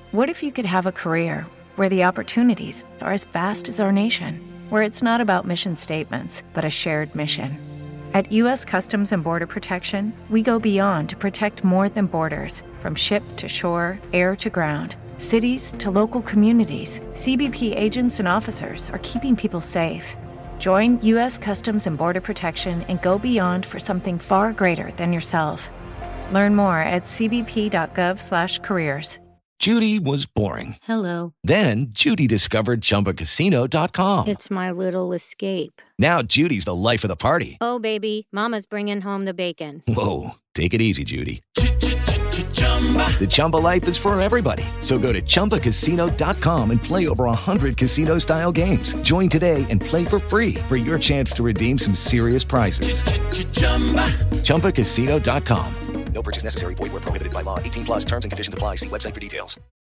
What if you could have a career where the opportunities are as vast as our nation, where it's not about mission statements, but a shared mission? At U.S. Customs and Border Protection, we go beyond to protect more than borders. From ship to shore, air to ground, cities to local communities, CBP agents and officers are keeping people safe. Join U.S. Customs and Border Protection and go beyond for something far greater than yourself. Learn more at cbp.gov/careers. Judy was boring. Hello. Then Judy discovered ChumbaCasino.com. It's my little escape. Now Judy's the life of the party. Oh, baby, mama's bringing home the bacon. Whoa, take it easy, Judy. The Chumba life is for everybody. So go to ChumbaCasino.com and play over 100 casino-style games. Join today and play for free for your chance to redeem some serious prizes. ChumbaCasino.com. No purchase necessary. Void where prohibited by law. 18+ terms and conditions apply. See website for details.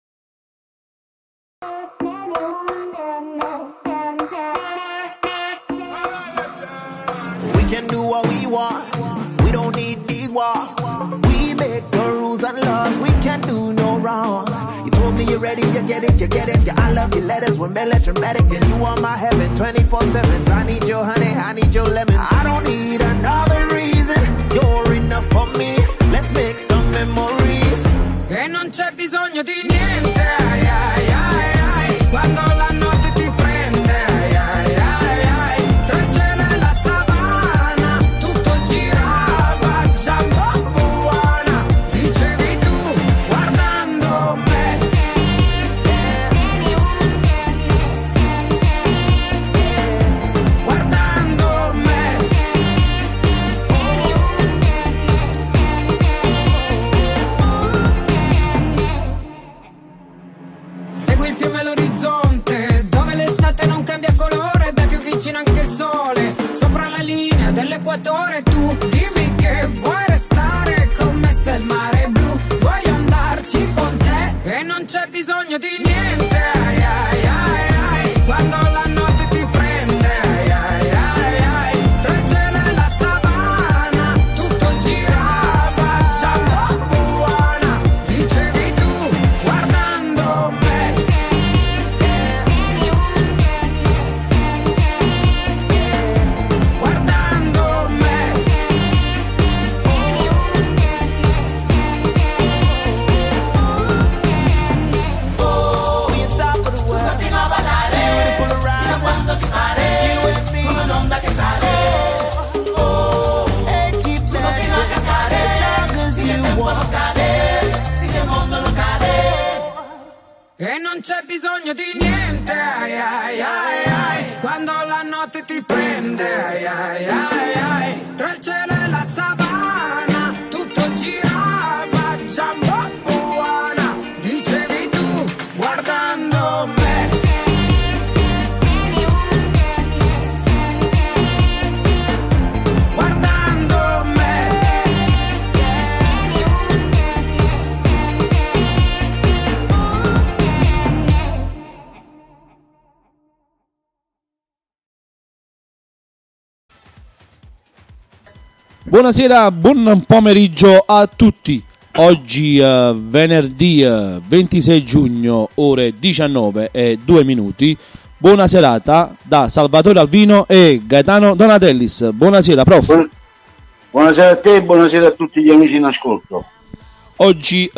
We can do what we want. We don't need these walls. We make the rules and laws. We can do no wrong. You told me you're ready, you get it, you get it. Yeah, I love your letters, we're melodramatic, and you are my heaven 24/7. I need your honey, I need your lemon. I don't need another reason. You're enough for me. Let's make some memories. E non c'è bisogno di niente, ai, ai, ai, ai. Quando la notte ti prende, ai, ai, ai, ai. Tra il cielo e la savana, tutto girava, già buona, dicevi tu, guardando me. Guardando me. Segui il fiume all'orizzonte, dove l'estate non cambia colore ed è più vicino anche il sole. Sopra la linea dell'equatore tu dimmi che vuoi restare con me se il mare è blu. Voglio andarci con te e non c'è bisogno di niente, ai, ai, ai, ai. Quando la notte ti prende, ai, ai, ai, ai. Tra il cielo e la savana, tutto girava, già buona, dicevi tu, guardando me. Guardando me. We on top of the world. Beautiful horizon. You and me. Hey, keep dancing. As long as you want. E non c'è bisogno di niente, ai, ai, ai, ai. Quando la notte ti prende, ai, ai, ai, ai. Tra il cielo e la savana, tutto girava, già buona, dicevi tu, guardando me. Guardando me. Buonasera, buon pomeriggio a tutti. Oggi venerdì 26 giugno, ore 19:02. Buona serata da Salvatore Alvino e Gaetano Donatellis. Buonasera, prof. Buonasera a te e buonasera a tutti gli amici in ascolto. Oggi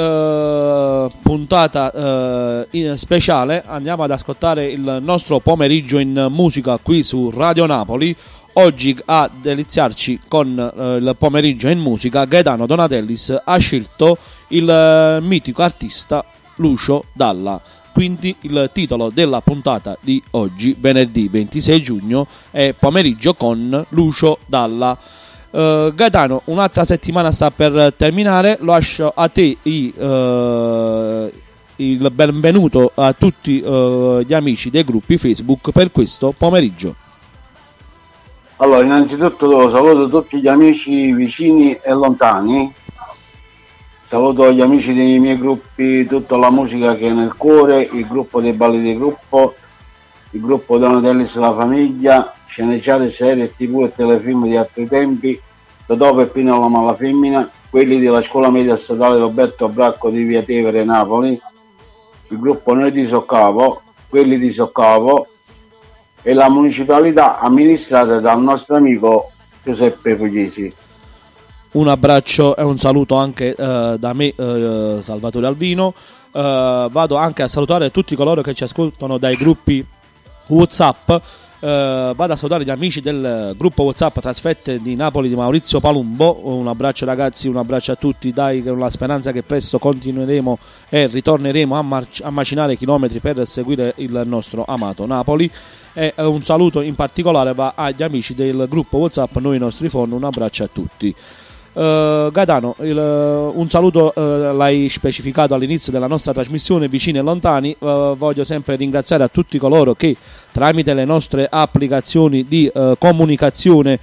puntata speciale, andiamo ad ascoltare il nostro pomeriggio in musica qui su Radio Napoli. Oggi a deliziarci con il pomeriggio in musica Gaetano Donatellis ha scelto il mitico artista Lucio Dalla. Quindi il titolo della puntata di oggi, venerdì 26 giugno, è Pomeriggio con Lucio Dalla. Gaetano, un'altra settimana sta per terminare, lascio a te il benvenuto a tutti gli amici dei gruppi Facebook per questo pomeriggio. Allora, innanzitutto saluto tutti gli amici vicini e lontani, saluto gli amici dei miei gruppi, tutta la musica che è nel cuore, il gruppo dei balli di gruppo, il gruppo Donatellis La Famiglia, sceneggiate, serie, tv e telefilm di altri tempi, Totò Peppino la Mala Femmina, quelli della scuola media statale Roberto Bracco di Via Tevere, Napoli, il gruppo Noi di Soccavo, quelli di Soccavo e la municipalità amministrata dal nostro amico Giuseppe Pugliesi. Un abbraccio e un saluto anche da me, Salvatore Alvino. Vado anche a salutare tutti coloro che ci ascoltano dai gruppi WhatsApp. Vado a salutare gli amici del gruppo WhatsApp Trasfette di Napoli di Maurizio Palumbo. Un abbraccio ragazzi, un abbraccio a tutti, dai, con la speranza che presto continueremo e ritorneremo a macinare chilometri per seguire il nostro amato Napoli. E un saluto in particolare va agli amici del gruppo WhatsApp Noi Nostri Phone. Un abbraccio a tutti. Gaetano, un saluto l'hai specificato all'inizio della nostra trasmissione, vicini e lontani. Voglio sempre ringraziare a tutti coloro che tramite le nostre applicazioni di comunicazione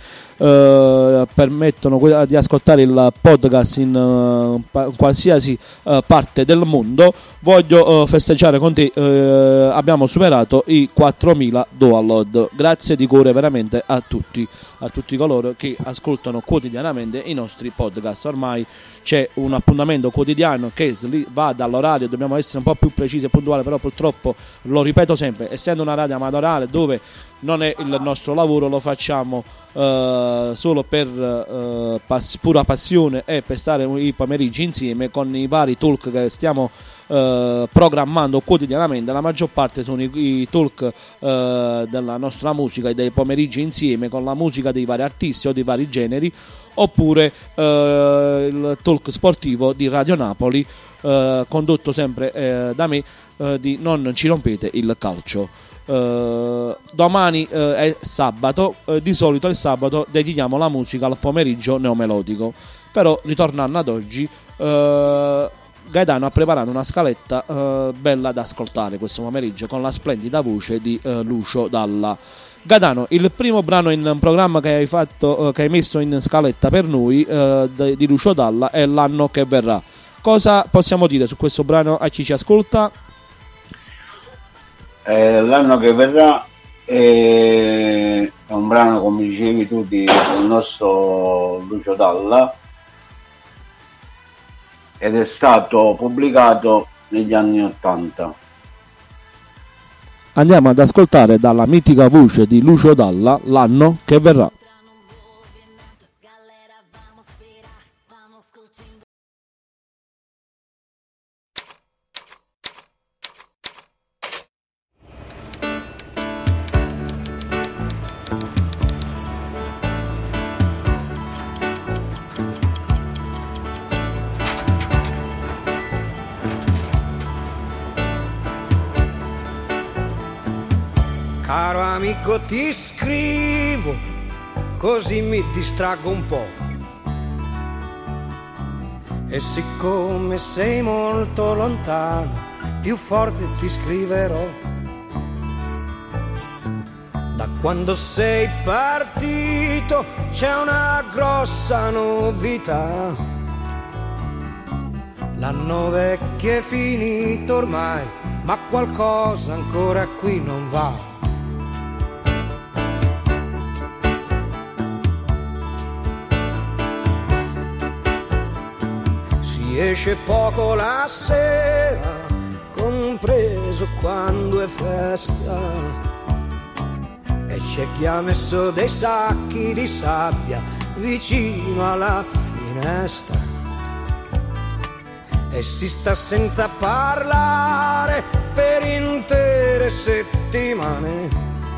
permettono di ascoltare il podcast in qualsiasi parte del mondo. Voglio festeggiare con te, abbiamo superato i 4.000 download. Grazie di cuore veramente a tutti coloro che ascoltano quotidianamente i nostri podcast. Ormai c'è un appuntamento quotidiano che va dall'orario, dobbiamo essere un po' più precisi e puntuali, però purtroppo, lo ripeto sempre, essendo una radio amatoriale dove non è il nostro lavoro, lo facciamo solo per pura passione e per stare i pomeriggi insieme con i vari talk che stiamo programmando quotidianamente. La maggior parte sono i talk della nostra musica e dei pomeriggi insieme con la musica dei vari artisti o dei vari generi, oppure il talk sportivo di Radio Napoli, condotto sempre da me, di Non ci rompete il calcio. Domani è sabato, di solito il sabato dedichiamo la musica al pomeriggio neomelodico, però ritornando ad oggi Gaetano ha preparato una scaletta bella da ascoltare questo pomeriggio con la splendida voce di Lucio Dalla. Gaetano, il primo brano in programma che hai fatto, che hai messo in scaletta per noi, di Lucio Dalla, è L'anno che verrà. Cosa possiamo dire su questo brano a chi ci ascolta? L'anno che verrà è un brano, come dicevi tu, del nostro Lucio Dalla, ed è stato pubblicato negli anni '80. Andiamo ad ascoltare dalla mitica voce di Lucio Dalla L'anno che verrà. Caro amico, ti scrivo così mi distraggo un po', e siccome sei molto lontano, più forte ti scriverò. Da quando sei partito c'è una grossa novità: l'anno vecchio è finito ormai, ma qualcosa ancora qui non va. Esce poco la sera, compreso quando è festa, e c'è chi ha messo dei sacchi di sabbia vicino alla finestra, e si sta senza parlare per intere settimane,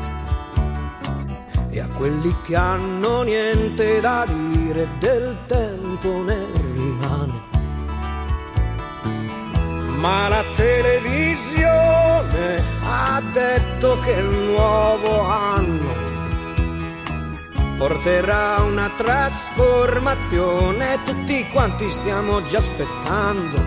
e a quelli che hanno niente da dire del tempo ne rimane. Ma la televisione ha detto che il nuovo anno porterà una trasformazione, tutti quanti stiamo già aspettando.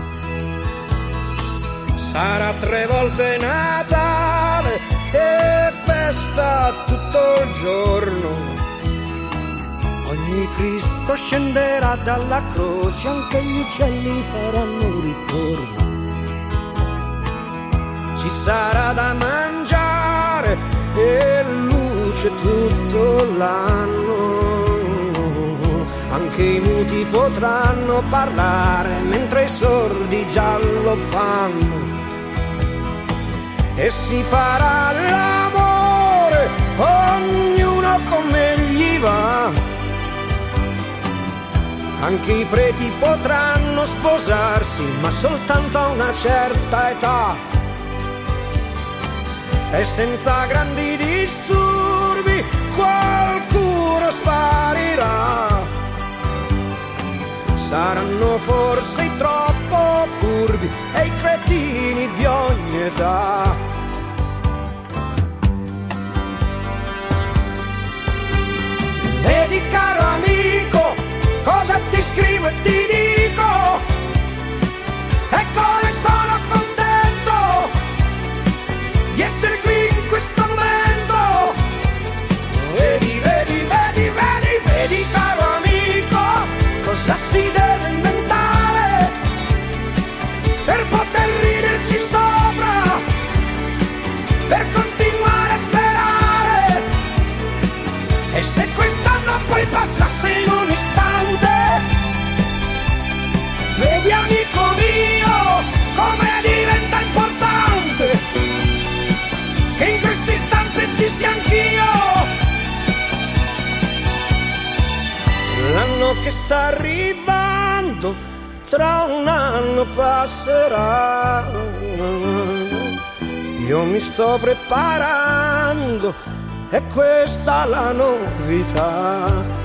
Sarà 3 volte Natale e festa tutto il giorno. Ogni Cristo scenderà dalla croce, anche gli uccelli faranno ritorno. Ci sarà da mangiare e luce tutto l'anno, anche i muti potranno parlare mentre i sordi già lo fanno. e si farà l'amore, ognuno come gli va. Anche i preti potranno sposarsi, ma soltanto a una certa età e senza grandi disturbi qualcuno sparirà. Saranno forse i troppo furbi e i cretini di ogni età. Vedi caro amico, cosa ti scrivo e ti dico, e come sono contento di essere qui in questo momento. Vedi, vedi, vedi, vedi, vedi caro amico, cosa si deve inventare per poter riderci sopra, per continuare a sperare. E se quest'anno poi passasse in un istante, vedi amico mio come diventa importante che in questo istante ci sia anch'io. L'anno che sta arrivando tra un anno passerà, io mi sto preparando, è questa la novità.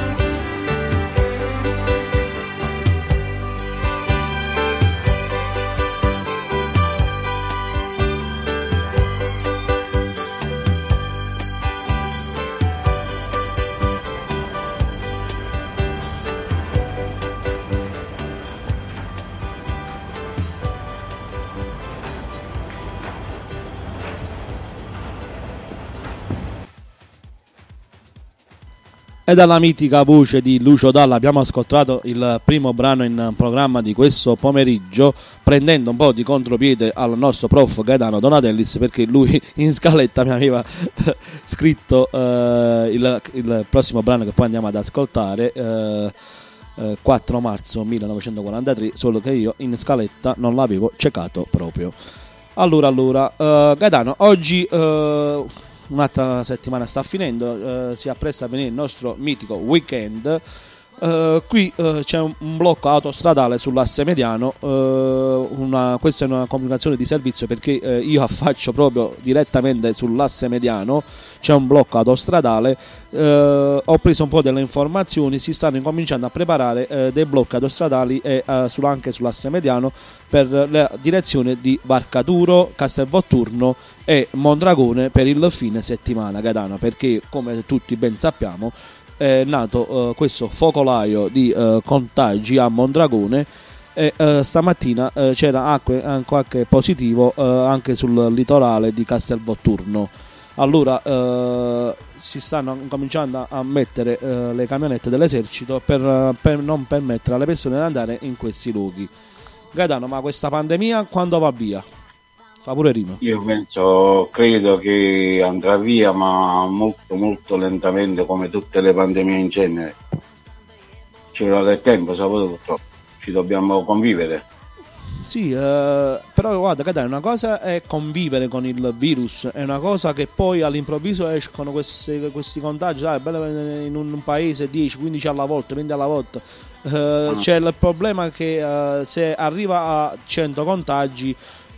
E dalla mitica voce di Lucio Dalla abbiamo ascoltato il primo brano in programma di questo pomeriggio, prendendo un po' di contropiede al nostro prof Gaetano Donatellis, perché lui in scaletta mi aveva scritto il prossimo brano che poi andiamo ad ascoltare, 4 marzo 1943, solo che io in scaletta non l'avevo checcato proprio. Allora, Gaetano, oggi... un'altra settimana sta finendo, si appresta a venire il nostro mitico weekend. Qui c'è un blocco autostradale sull'asse mediano, questa è una comunicazione di servizio perché io affaccio proprio direttamente sull'asse mediano, c'è un blocco autostradale, ho preso un po' delle informazioni, si stanno incominciando a preparare dei blocchi autostradali anche sull'asse mediano per la direzione di Barcaturo, Castelvolturno e Mondragone per il fine settimana, Gaetano, perché come tutti ben sappiamo è nato questo focolaio di contagi a Mondragone e stamattina c'era qualche positivo anche sul litorale di Castelvolturno. Allora si stanno cominciando a mettere le camionette dell'esercito per non permettere alle persone di andare in questi luoghi. Gaetano, ma questa pandemia quando va via? Fa pure rima. Io credo che andrà via, ma molto molto lentamente, come tutte le pandemie in genere. Ci vorrà del tempo, saputo, purtroppo. Ci dobbiamo convivere. Sì, però guarda Gaetano, una cosa è convivere con il virus, è una cosa che poi all'improvviso escono questi contagi, sai, in un paese 10-15 alla volta, 20 alla volta. C'è il problema che se arriva a 100 contagi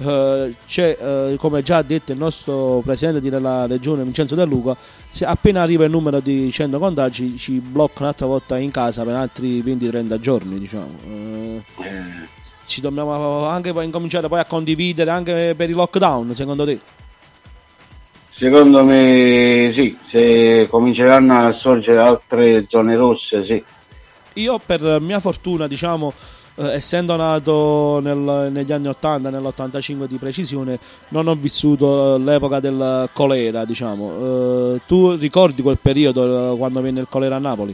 c'è, come già ha detto il nostro presidente della regione Vincenzo De Luca, se appena arriva il numero di 100 contagi ci blocca un'altra volta in casa per altri 20-30 giorni, diciamo. Ci dobbiamo anche poi incominciare poi a condividere anche per i lockdown, secondo te? Secondo me sì, se cominceranno a sorgere altre zone rosse, sì. Io per mia fortuna, diciamo, essendo nato negli anni 80, nell'85 di precisione, non ho vissuto l'epoca del colera, diciamo. Tu ricordi quel periodo quando venne il colera a Napoli?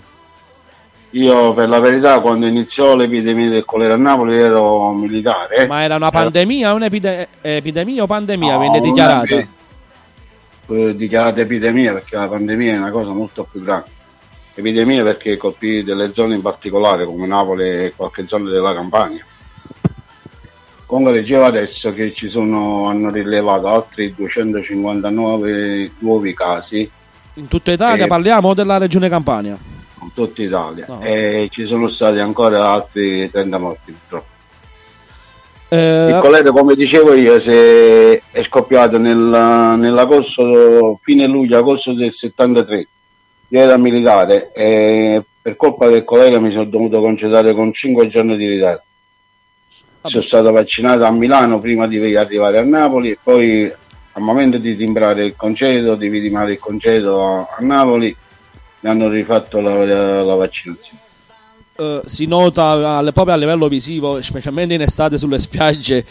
Io per la verità quando iniziò l'epidemia del colera a Napoli ero militare. Ma era una pandemia, un'epidemia o pandemia? No, venne dichiarata? Dichiarata epidemia, perché la pandemia è una cosa molto più grande. Epidemia perché colpì delle zone in particolare come Napoli e qualche zona della Campania. Comunque leggevo adesso che hanno rilevato altri 259 nuovi casi. In tutta Italia parliamo della regione Campania? In tutta Italia. No. E ci sono stati ancora altri 30 morti purtroppo. Il colera, come dicevo io, è scoppiato nell'agosto, fine luglio-agosto del 73. Io ero militare e per colpa del colera mi sono dovuto concedere con 5 giorni di ritardo. Sono stato vaccinato a Milano prima di arrivare a Napoli e poi al momento di timbrare il congedo, di vidimare il congedo a Napoli, mi hanno rifatto la vaccinazione. Si nota proprio a livello visivo, specialmente in estate sulle spiagge,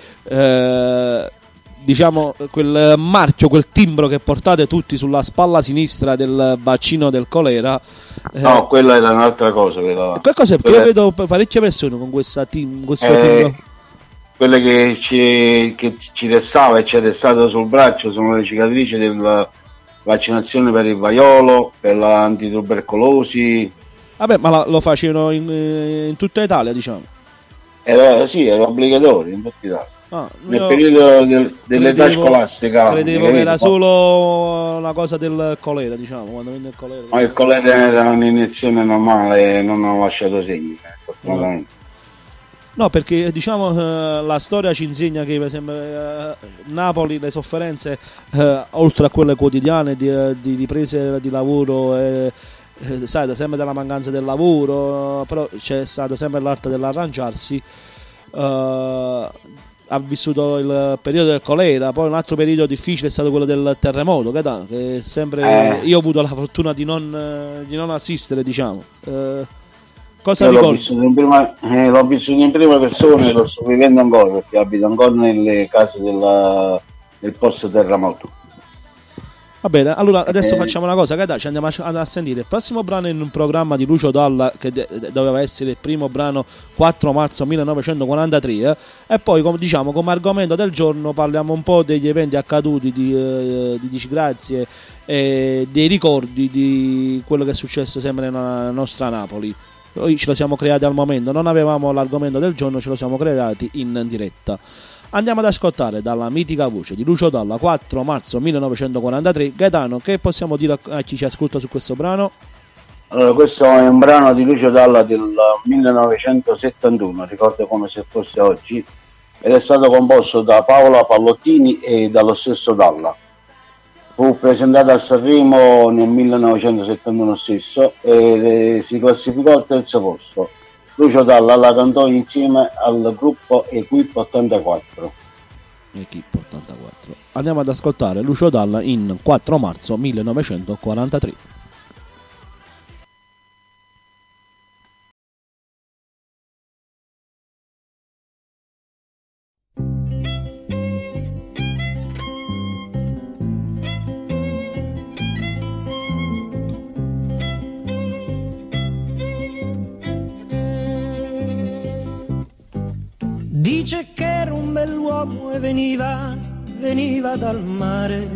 diciamo quel marchio, quel timbro che portate tutti sulla spalla sinistra del bacino del colera. No, quella era un'altra cosa. Perché io vedo parecchie persone con questo timbro. Quelle che ci restava e ci è restato sul braccio sono le cicatrici della vaccinazione per il vaiolo, per l'antitubercolosi. Vabbè, ma lo facevano in tutta Italia, diciamo. Era obbligatorio in tutta Italia. Nel periodo dell'età scolastica. Credevo che era solo una cosa del colera, diciamo, quando venne il colera. Ma il colera era un'iniezione normale, non ho lasciato segni, fortunatamente. No, perché diciamo la storia ci insegna che per esempio Napoli le sofferenze oltre a quelle quotidiane di riprese di lavoro sai, sempre della mancanza del lavoro, però c'è stato sempre l'arte dell'arrangiarsi. Ha vissuto il periodo del colera, poi un altro periodo difficile è stato quello del terremoto, che sempre io ho avuto la fortuna di non assistere, diciamo. Cosa l'ho vissuto in prima persona e lo sto vivendo ancora, perché abito ancora nelle case del post terremoto. Va bene, allora adesso facciamo una cosa, ci andiamo a sentire il prossimo brano in un programma di Lucio Dalla che doveva essere il primo brano 4 marzo 1943 e poi come argomento del giorno parliamo un po' degli eventi accaduti di disgrazie e dei ricordi di quello che è successo sempre nella nostra Napoli. Noi ce lo siamo creati al momento, non avevamo l'argomento del giorno, ce lo siamo creati in diretta. Andiamo ad ascoltare dalla mitica voce di Lucio Dalla, 4 marzo 1943. Gaetano, che possiamo dire a chi ci ascolta su questo brano? Allora, questo è un brano di Lucio Dalla del 1971, ricordo come se fosse oggi, ed è stato composto da Paola Pallottini e dallo stesso Dalla. Fu presentato a Sanremo nel 1971 stesso e si classificò al terzo posto. Lucio Dalla la cantò insieme al gruppo Equip 84. Equip 84. Andiamo ad ascoltare Lucio Dalla in 4 marzo 1943. Dice che era un bell'uomo e veniva dal mare.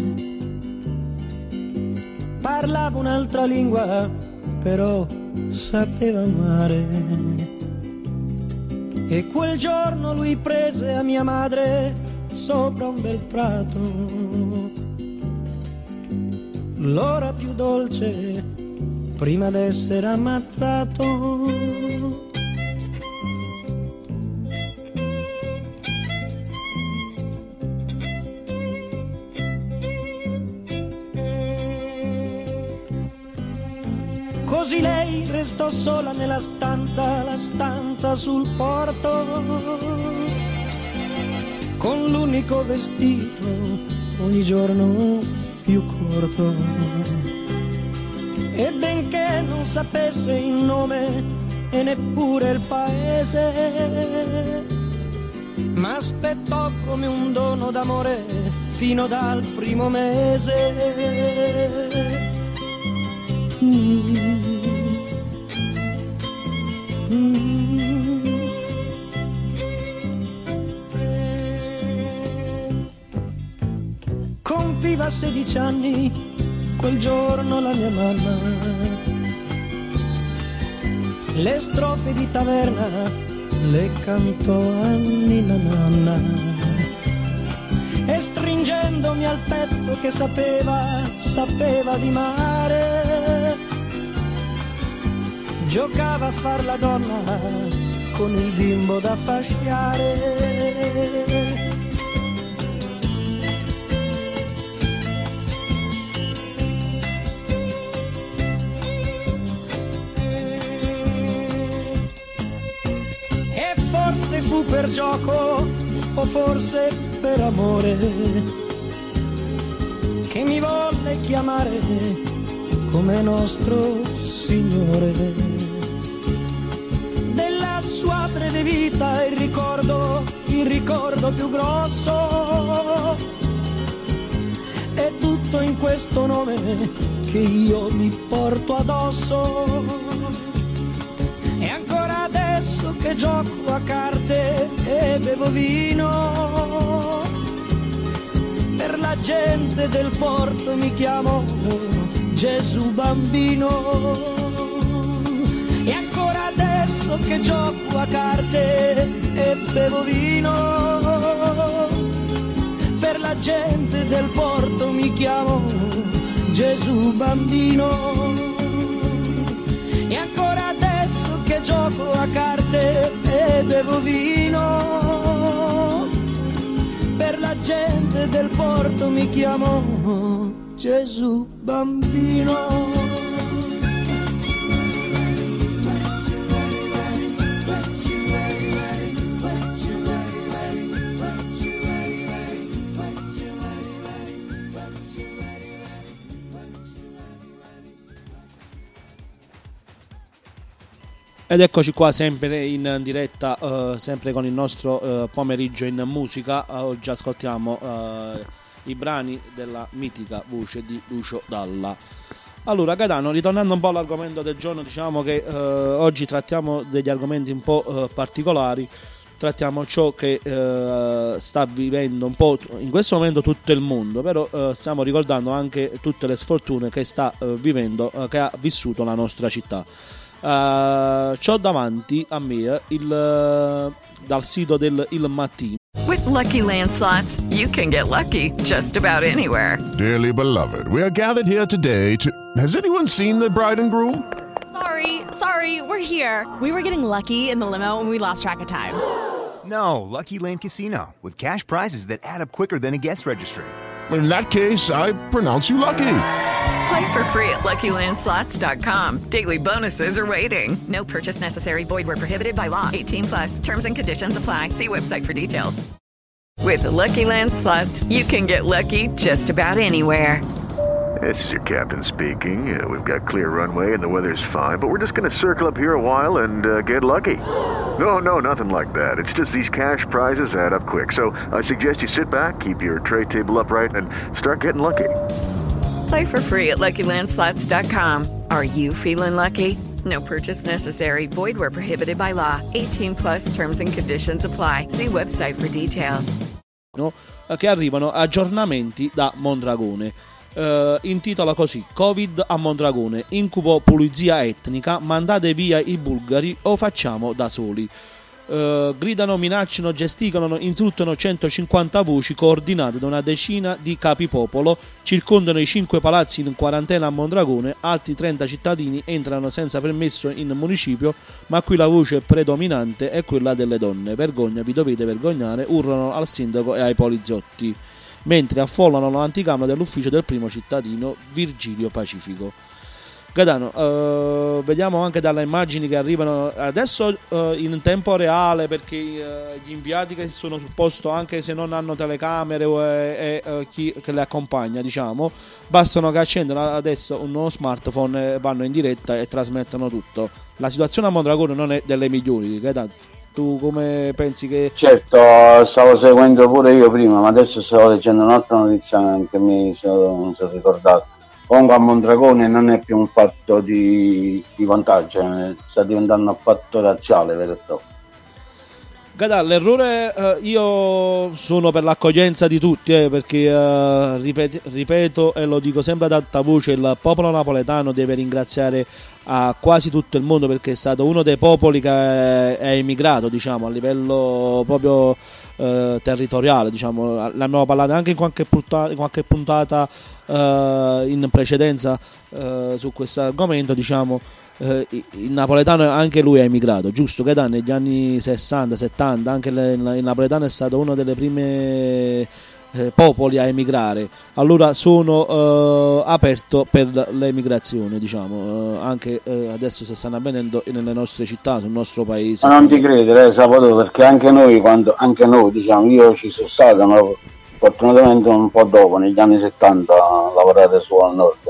Parlava un'altra lingua, però sapeva amare. E quel giorno lui prese a mia madre sopra un bel prato. L'ora più dolce prima d'essere ammazzato. Così lei restò sola nella stanza, la stanza sul porto, con l'unico vestito ogni giorno più corto. E benché non sapesse il nome e neppure il paese, m'aspettò come un dono d'amore fino dal primo mese. Compiva 16 anni quel giorno la mia mamma. Le strofe di taverna le cantò a Nina Nanna, e stringendomi al petto che sapeva di mare, giocava a far la donna con il bimbo da fasciare. E forse fu per gioco o forse per amore che mi volle chiamare come nostro Signore. Della sua breve vita il ricordo più grosso è tutto in questo nome che io mi porto addosso. E ancora adesso che gioco a carte e bevo vino, per la gente del porto mi chiamo Gesù Bambino. E ancora adesso che gioco a carte e bevo vino, per la gente del porto mi chiamo Gesù Bambino. E ancora adesso che gioco a carte e bevo vino, per la gente del porto mi chiamo Gesù Bambino. Ed eccoci qua sempre in diretta, sempre con il nostro pomeriggio in musica. Oggi ascoltiamo i brani della mitica voce di Lucio Dalla. Allora Gaetano, ritornando un po' all'argomento del giorno, diciamo che oggi trattiamo degli argomenti un po' particolari. Trattiamo ciò che sta vivendo un po' in questo momento tutto il mondo, però stiamo ricordando anche tutte le sfortune che sta vivendo, che ha vissuto la nostra città. C'ho davanti a me dal sito del Il Mattino. With Lucky Land Slots, you can get lucky just about anywhere. Dearly beloved, we are gathered here today to... Has anyone seen the bride and groom? Sorry, we're here. We were getting lucky in the limo and we lost track of time. No, Lucky Land Casino, with cash prizes that add up quicker than a guest registry. In that case, I pronounce you lucky. Play for free at LuckyLandSlots.com. Daily bonuses are waiting. No purchase necessary. Void where prohibited by law. 18+. Terms and conditions apply. See website for details. With Lucky Land Slots, you can get lucky just about anywhere. This is your captain speaking. We've got clear runway and the weather's fine, but we're just going to circle up here a while and get lucky. No, nothing like that. It's just these cash prizes add up quick. So I suggest you sit back, keep your tray table upright, and start getting lucky. Play for free at LuckyLandSlots.com. Are you feeling lucky? No purchase necessary. Void where prohibited by law. 18+. Terms and conditions apply. See website for details. Che arrivano aggiornamenti da Mondragone. Intitola così: Covid a Mondragone, incubo pulizia etnica, mandate via i bulgari o facciamo da soli. Gridano, minacciano, gesticolano, insultano 150 voci coordinate da una decina di capipopolo, circondano i 5 palazzi in quarantena a Mondragone, altri 30 cittadini entrano senza permesso in municipio, ma qui la voce predominante è quella delle donne. Vergogna, vi dovete vergognare, urlano al sindaco e ai poliziotti, mentre affollano l'anticamera dell'ufficio del primo cittadino Virgilio Pacifico. Gaetano, vediamo anche dalle immagini che arrivano adesso in tempo reale, perché gli inviati che sono sul posto, anche se non hanno telecamere e chi che le accompagna, diciamo, bastano che accendano adesso un nuovo smartphone, vanno in diretta e trasmettono tutto. La situazione a Mondragone non è delle migliori, Gaetano. Tu come pensi che... Certo, stavo seguendo pure io prima, ma adesso stavo leggendo un'altra notizia che mi sono ricordato. Comunque a Mondragone non è più un fatto di vantaggio, sta diventando un fatto razziale vero e proprio. Gaetano, l'errore, io sono per l'accoglienza di tutti, perché ripeto e lo dico sempre ad alta voce, il popolo napoletano deve ringraziare a quasi tutto il mondo, perché è stato uno dei popoli che è emigrato, diciamo, a livello proprio territoriale, diciamo. L'abbiamo parlato anche in qualche puntata in precedenza su questo argomento, diciamo. Il napoletano anche lui è emigrato, giusto? Che negli anni 60-70 anche il napoletano è stato uno delle prime popoli a emigrare. Allora sono aperto per l'emigrazione, diciamo, anche adesso si stanno avvenendo nelle nostre città, sul nostro paese. Ma non ti credere, Salvatore, perché anche noi, diciamo, io ci sono stato, ma fortunatamente un po' dopo, negli anni 70, a lavorare su al nord.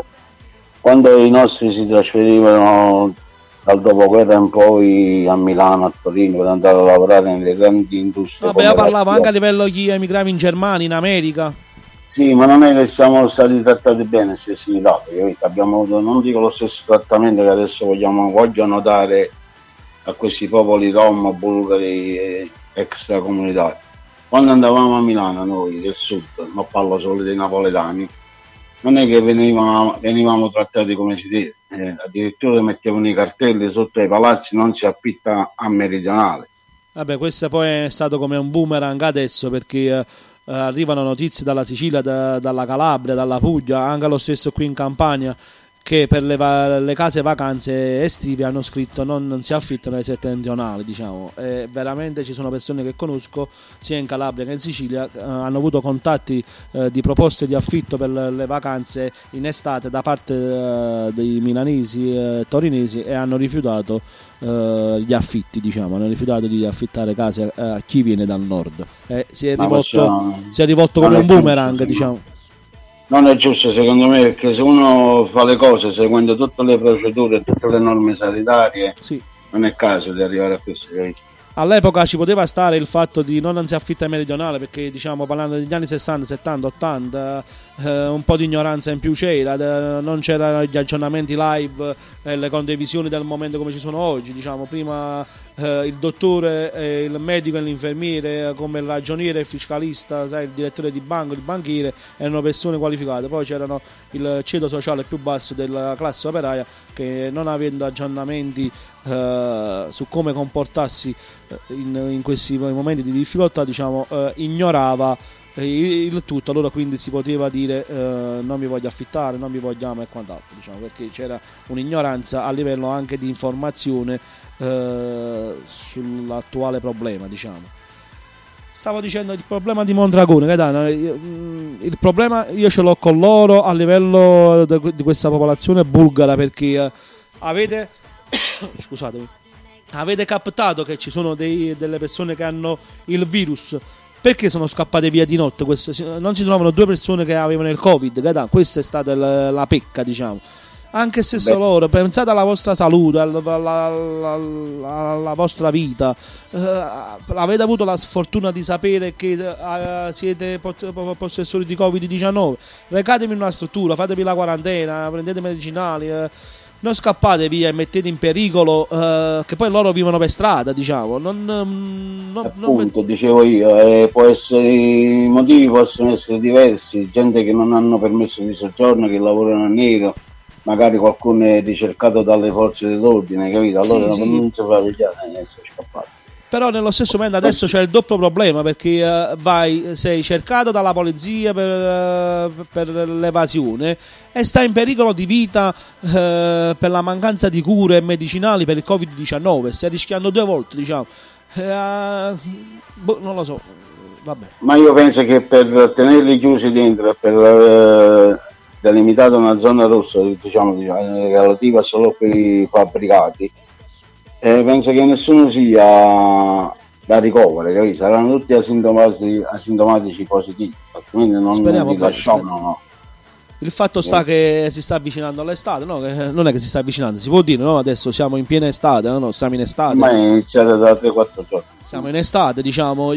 Quando i nostri si trasferivano dal dopoguerra in poi a Milano, a Torino, per andare a lavorare nelle grandi industrie. Vabbè, io parlavo anche a livello chi emigrava in Germania, in America. Sì, ma non è che siamo stati trattati bene stessi in Italia, abbiamo avuto, non dico lo stesso trattamento che adesso vogliono dare a questi popoli rom, bulgari e extracomunitari. Quando andavamo a Milano noi del sud, non parlo solo dei napoletani, non è che venivamo trattati come si deve, addirittura mettevano i cartelli sotto ai palazzi: non si affitta a meridionale. Vabbè, questo poi è stato come un boomerang adesso, perché arrivano notizie dalla Sicilia, dalla Calabria, dalla Puglia, anche lo stesso qui in Campania, che per le case vacanze estive hanno scritto non si affittano ai settentrionali, diciamo. E veramente ci sono persone che conosco sia in Calabria che in Sicilia, hanno avuto contatti di proposte di affitto per le vacanze in estate da parte dei milanesi, torinesi, e hanno rifiutato gli affitti, diciamo, hanno rifiutato di affittare case a chi viene dal nord. Si è rivolto come un boomerang, diciamo. Non è giusto, secondo me, perché se uno fa le cose seguendo tutte le procedure, tutte le norme sanitarie, sì, non è caso di arrivare a questo. All'epoca ci poteva stare il fatto di non si affitta in meridionale, perché, diciamo, parlando degli anni 60, 70, 80, un po' di ignoranza in più c'era, non c'erano gli aggiornamenti live e le condivisioni del momento come ci sono oggi, diciamo. Prima il dottore, il medico e l'infermiere, come il ragioniere e il fiscalista, sai, il direttore di banco, il banchiere, erano persone qualificate. Poi c'erano il ceto sociale più basso della classe operaia, che, non avendo aggiornamenti su come comportarsi in questi momenti di difficoltà, diciamo, ignorava il tutto. Allora quindi si poteva dire non mi voglio affittare, non mi vogliamo e quant'altro, diciamo, perché c'era un'ignoranza a livello anche di informazione sull'attuale problema, diciamo. Stavo dicendo il problema di Mondragone, Gaetano, il problema io ce l'ho con loro a livello di questa popolazione bulgara, perché scusatemi, avete captato che ci sono delle persone che hanno il virus. Perché sono scappate via di notte? Non si trovano due persone che avevano il Covid, Gaetano? Questa è stata la pecca, diciamo. Anche se loro, pensate alla vostra salute, alla vostra vita. Avete avuto la sfortuna di sapere che siete possessori di Covid-19. Recatevi in una struttura, fatevi la quarantena, prendete medicinali. Non scappate via e mettete in pericolo, che poi loro vivono per strada, diciamo. Appunto, dicevo io, i motivi possono essere diversi. Gente che non hanno permesso di soggiorno, che lavorano a nero, magari qualcuno è ricercato dalle forze dell'ordine, capito? Allora non si fa vegliare e essere scappato. Però nello stesso momento adesso c'è il doppio problema, perché sei cercato dalla polizia per l'evasione e stai in pericolo di vita per la mancanza di cure medicinali per il Covid-19. Stai rischiando due volte, diciamo. Non lo so, vabbè. Ma io penso che per tenerli chiusi dentro e per delimitare una zona rossa, diciamo, relativa solo per i fabbricati, penso che nessuno sia da ricovero, capito? Saranno tutti asintomatici positivi, altrimenti non li lasciamo. Il fatto sta che si sta avvicinando all'estate, no? Che non è che si sta avvicinando, si può dire, no? Adesso siamo in piena estate, no? Siamo in estate. Ma è iniziata da 3-4 giorni. Siamo in estate, diciamo.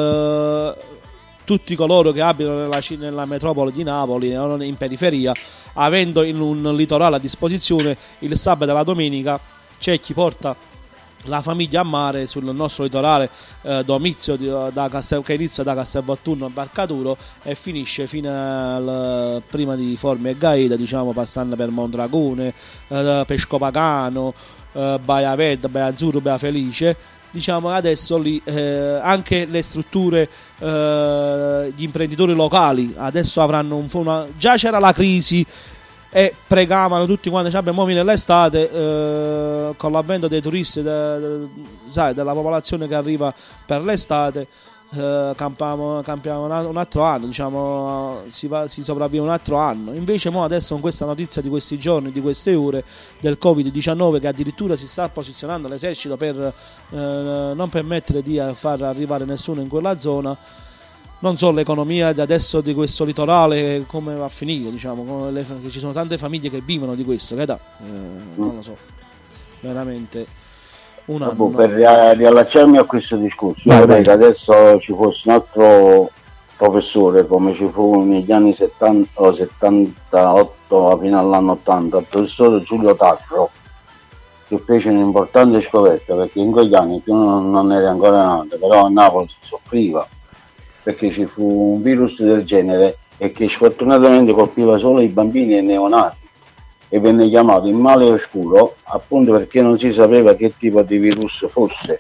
Tutti coloro che abitano nella metropoli di Napoli, in periferia, avendo in un litorale a disposizione, il sabato e la domenica c'è chi porta la famiglia a mare sul nostro litorale Domizio che inizia da Castelvolturno a Barcaturo e finisce fino prima di Formia e Gaeta, diciamo, passando per Mondragone, Pescopagano, Baia Verde, Baia Azzurro, Baia Felice. Diciamo adesso lì anche le strutture, gli imprenditori locali adesso avranno già c'era la crisi e pregavano tutti quanti, cioè, abbiamo nell'estate, con l'avvento dei turisti, della popolazione che arriva per l'estate, campiamo un altro anno, diciamo, si sopravvive un altro anno. Invece adesso con questa notizia di questi giorni, di queste ore del Covid-19, che addirittura si sta posizionando l'esercito per non permettere di far arrivare nessuno in quella zona, non so l'economia adesso di questo litorale come va a finire, diciamo, che ci sono tante famiglie che vivono di questo, che non lo so, veramente un anno. Per riallacciarmi a questo discorso, io vorrei che adesso ci fosse un altro professore come ci fu negli anni 70 o 78 fino all'anno 80, il professore Giulio Tarro, che fece un'importante scoperta, perché in quegli anni tu non eri ancora nato, però a Napoli si soffriva perché ci fu un virus del genere e che sfortunatamente colpiva solo i bambini e i neonati e venne chiamato il male oscuro appunto perché non si sapeva che tipo di virus fosse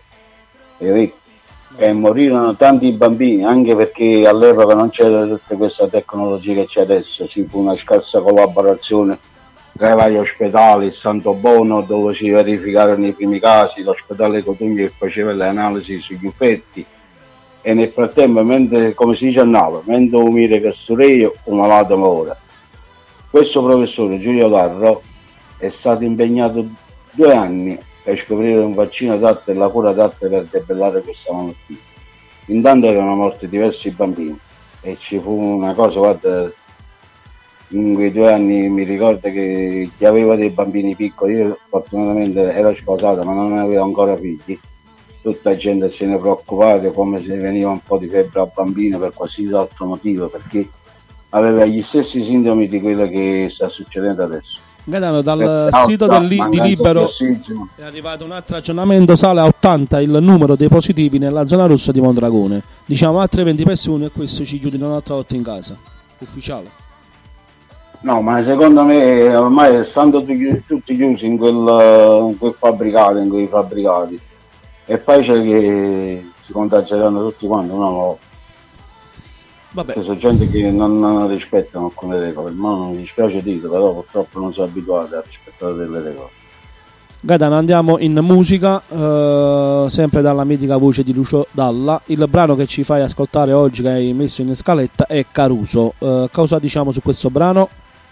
e morirono tanti bambini, anche perché all'epoca non c'era tutta questa tecnologia che c'è adesso, ci fu una scarsa collaborazione tra i vari ospedali, il Santo Bono dove si verificarono i primi casi, l'ospedale Cotugno che faceva le analisi sugli infetti. E nel frattempo, come si dice a Napoli, mentre umire Castureio, un malato muore. Questo professore Giulio Tarro è stato impegnato 2 anni per scoprire un vaccino adatto e la cura adatta per debellare questa malattia. Intanto erano morti diversi bambini e ci fu una cosa, guarda, in quei 2 anni mi ricordo che chi aveva dei bambini piccoli, io fortunatamente ero sposato ma non avevo ancora figli, tutta la gente se ne preoccupava come se veniva un po' di febbre a bambino per qualsiasi altro motivo, perché aveva gli stessi sintomi di quello che sta succedendo adesso. Gaetano, dal sito di Libero è arrivato un altro aggiornamento, sale a 80 il numero dei positivi nella zona rossa di Mondragone, diciamo altre 20 persone e questo ci chiudono un'altra volta in casa, ufficiale. No, ma secondo me ormai stando tutti chiusi in quel fabbricato, in quei fabbricati, e poi c'è che si contageranno tutti quanti, no? Vabbè. Sono gente che non rispettano alcune regole, ma non mi dispiace dirlo, però purtroppo non sono abituati a rispettare delle regole. Gaetano, andiamo in musica, sempre dalla mitica voce di Lucio Dalla. Il brano che ci fai ascoltare oggi, che hai messo in scaletta, è Caruso. Cosa diciamo su questo brano?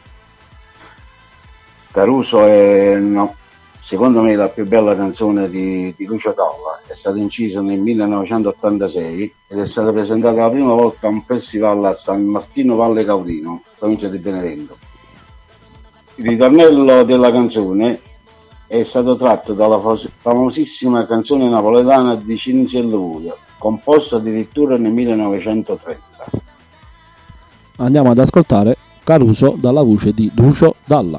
Caruso è, secondo me, la più bella canzone di Lucio Dalla. È stata incisa nel 1986 ed è stata presentata la prima volta a un festival a San Martino Valle Caudino, provincia di Benevento. Il ritornello della canzone è stato tratto dalla famosissima canzone napoletana di Cinzia e Luria, composta addirittura nel 1930. Andiamo ad ascoltare Caruso dalla voce di Lucio Dalla.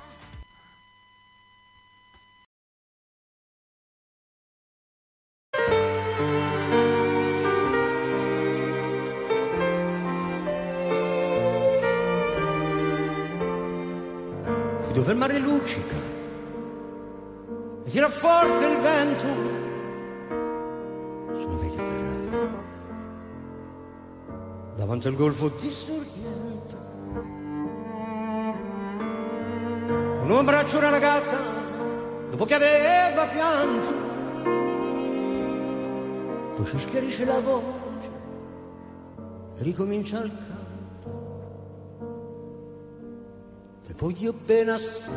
Dove il mare luccica e tira forte il vento su una vecchia terrazza davanti al golfo di Sorrento. Un uomo abbraccia una ragazza dopo che aveva pianto, poi si schiarisce la voce e ricomincia il canto. Te voglio bene assai,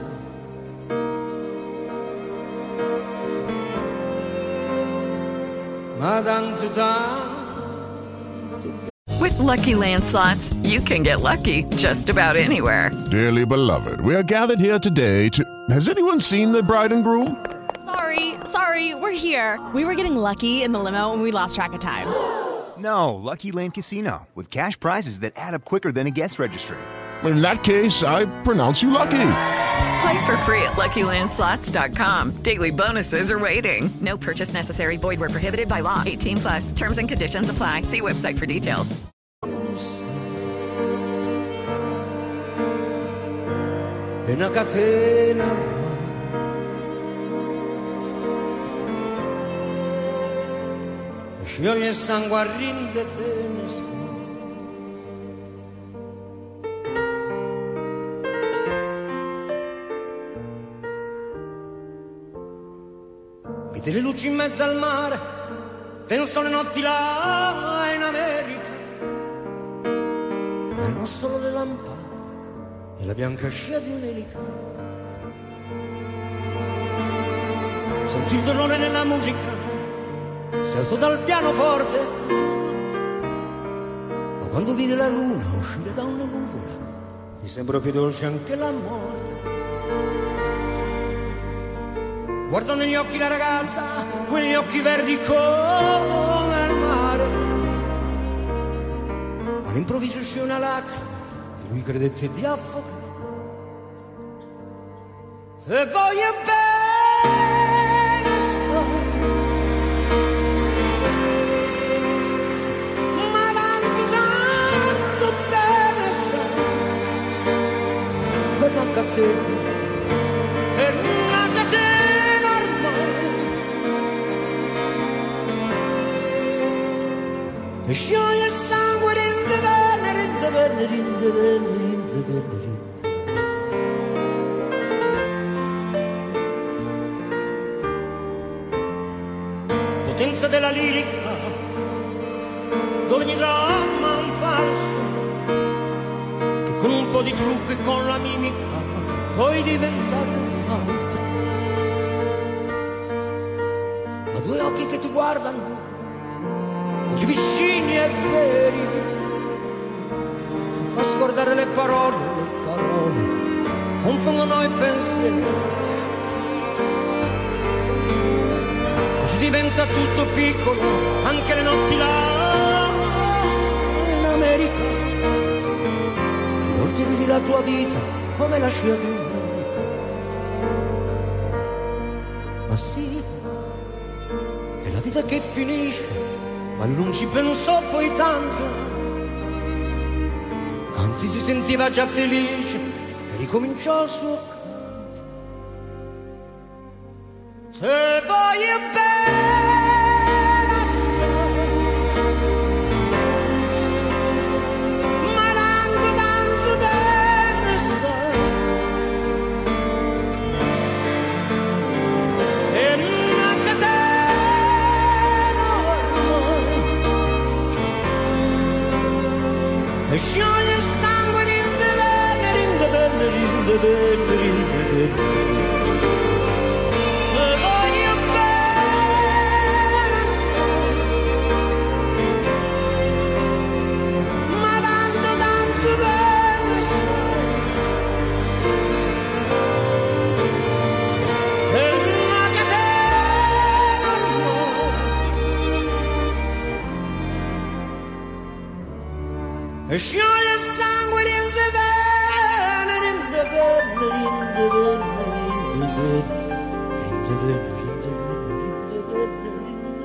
ma tanto tanto. With Lucky Land Slots, you can get lucky just about anywhere. Dearly beloved, we are gathered here today to... Has anyone seen the bride and groom? Sorry, we're here. We were getting lucky in the limo and we lost track of time. No, Lucky Land Casino, with cash prizes that add up quicker than a guest registry. In that case, I pronounce you lucky. Play for free at LuckyLandSlots.com. Daily bonuses are waiting. No purchase necessary. Void where prohibited by law. 18+. Terms and conditions apply. See website for details. È una catena scioglie il sangue a rinde penis. Vedi le luci in mezzo al mare, penso alle notti là in America, nel mostro delle lampade e la bianca scia di un'elica. Senti il dolore nella musica, scherzo dal pianoforte, ma quando vidi la luna uscire da una nuvola, mi sembrò più dolce anche la morte. Guardo negli occhi la ragazza, quegli occhi verdi come il mare, all'improvviso uscì una lacrima e lui credette di affogare. Se voglio bene so, ma tanto bene so, per una catena, per una catena ormai, e scioglie il sangue, rinde bene, rinde bene, rinde bene, rinde bene. Potenza della lirica, dove ogni dramma è un falso, che con un po' di trucco e con la mimica puoi diventare un altro. Ma due occhi che ti guardano, così vicini e veri, ti fa scordare le parole confondono i pensieri. Diventa tutto piccolo, anche le notti là in America. Ti volte vedi la tua vita come la scia di un'erica. Ma sì, è la vita che finisce, ma non ci pensò poi tanto. Anzi si sentiva già felice e ricominciò il suo canto. Se voglio bene so, ma tanto bene so, e una catena ormai, e scioglie il sangue, rinde bene, rinde bene, rinde bene, rinde bene. E scioglie il sangue, rinde bene, rinde bene, rinde bene, rinde bene, rinde bene, rinde bene, rinde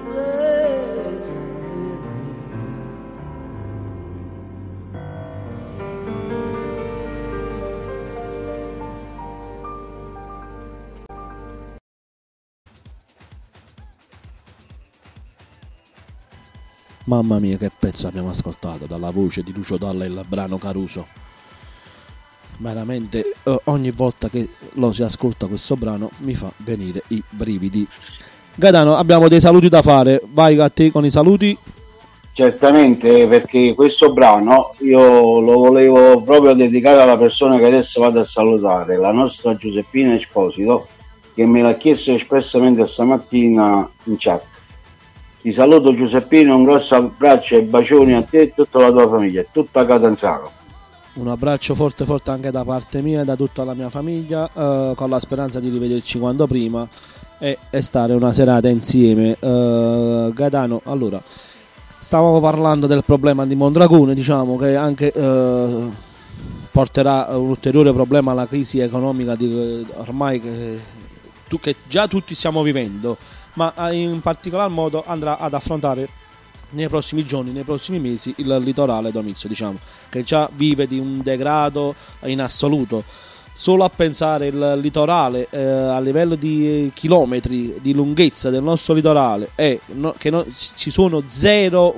Mamma mia, che pezzo abbiamo ascoltato, dalla voce di Lucio Dalla, il brano Caruso. Veramente ogni volta che lo si ascolta questo brano mi fa venire i brividi. Gaetano, abbiamo dei saluti da fare, vai a te con i saluti. Certamente, perché questo brano io lo volevo proprio dedicare alla persona che adesso vado a salutare, la nostra Giuseppina Esposito, che me l'ha chiesto espressamente stamattina in chat. Ti saluto Giuseppina, un grosso abbraccio e bacioni a te e tutta la tua famiglia, tutta Catanzaro. Un abbraccio forte forte anche da parte mia e da tutta la mia famiglia, con la speranza di rivederci quanto prima e stare una serata insieme. Gaetano, allora, stavamo parlando del problema di Mondragone, diciamo che anche porterà un ulteriore problema alla crisi economica ormai che già tutti stiamo vivendo, ma in particolar modo andrà ad affrontare nei prossimi giorni, nei prossimi mesi il litorale domizio, diciamo, che già vive di un degrado in assoluto. Solo a pensare il litorale a livello di chilometri di lunghezza del nostro litorale ci sono zero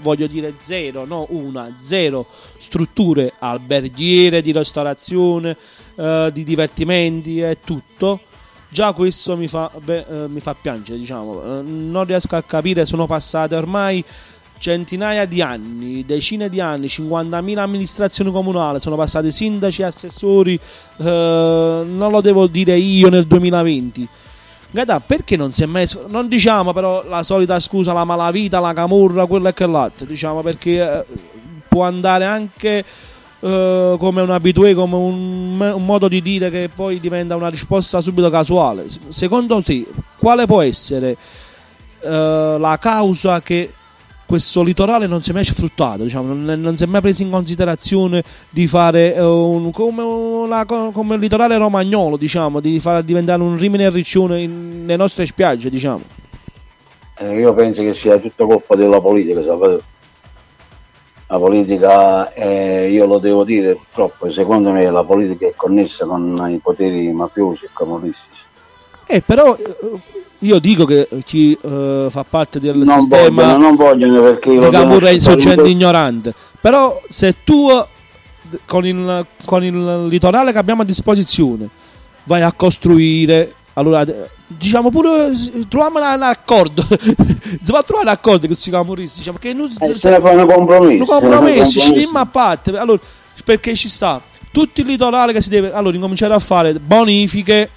strutture alberghiere, di ristorazione, di divertimenti e tutto. Già questo mi fa piangere, diciamo. Non riesco a capire, sono passate ormai centinaia di anni, decine di anni, 50.000 amministrazioni comunali, sono passati sindaci, assessori, non lo devo dire io nel 2020. Gaetà, perché non si è messo, non diciamo però la solita scusa, la malavita, la camorra, quello e quell'altro, diciamo, perché può andare anche come un habitué, come un modo di dire che poi diventa una risposta subito casuale. Secondo te quale può essere la causa che questo litorale non si è mai sfruttato, diciamo, non si è mai preso in considerazione di fare come il litorale romagnolo, diciamo, di far diventare un Rimini e Riccione nelle nostre spiagge, diciamo? Io penso che sia tutta colpa della politica, sapete? La politica, io lo devo dire purtroppo, secondo me la politica è connessa con i poteri mafiosi e camorristici. Però io dico che chi fa parte del non sistema non vogliono perché di Camorra è insorgente ignorante. Però se tu con il litorale che abbiamo a disposizione vai a costruire, allora diciamo pure troviamo un accordo si va a trovare un accordo con questi camorristi, diciamo, che se ne fanno compromessi scinimma a parte. Allora, perché ci sta tutto il litorale che si deve incominciare a fare bonifiche,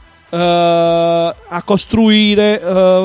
a costruire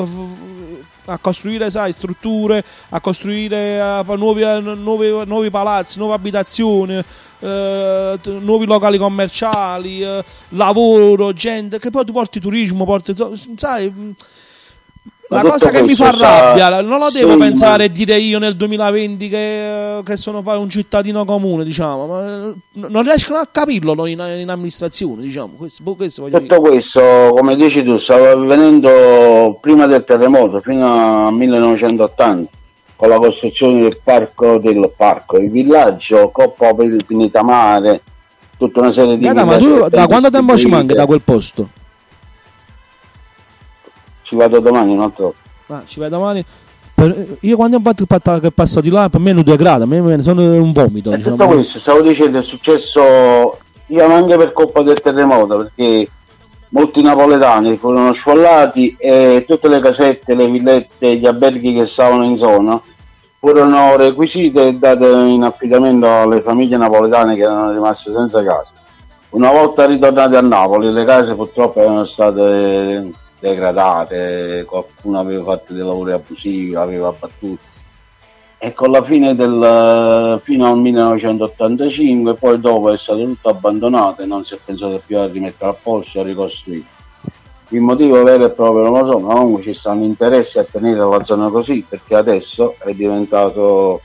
sai, strutture, a costruire nuovi palazzi, nuove abitazioni, nuovi locali commerciali, lavoro, gente, che poi tu porti turismo, sai. La cosa che mi fa rabbia, non lo devo pensare e dire io nel 2020 che sono poi un cittadino comune, diciamo, ma non riescono a capirlo in amministrazione, diciamo. Questo voglio dire. Tutto questo, come dici tu, stava avvenendo prima del terremoto, fino al 1980, con la costruzione del parco, il villaggio, Coppa Pinitamare, tutta una serie di... Ma tu da quanto tempo ci manca da quel posto? Ci vado domani, non troppo. Ci vado domani. Io quando ho fatto che passo di là, per me è un degrado, a me sono un vomito. Diciamo. Tutto questo, stavo dicendo, è successo anche per colpa del terremoto, perché molti napoletani furono sfollati e tutte le casette, le villette, gli alberghi che stavano in zona furono requisite e date in affidamento alle famiglie napoletane che erano rimaste senza casa. Una volta ritornate a Napoli, le case purtroppo erano state degradate, qualcuno aveva fatto dei lavori abusivi, aveva abbattuto, e con la fine fino al 1985 poi dopo è stato tutto abbandonato e non si è pensato più a rimettere a posto e a ricostruire. Il motivo vero e proprio non lo so, ma comunque ci stanno interessi a tenere la zona così, perché adesso è diventato,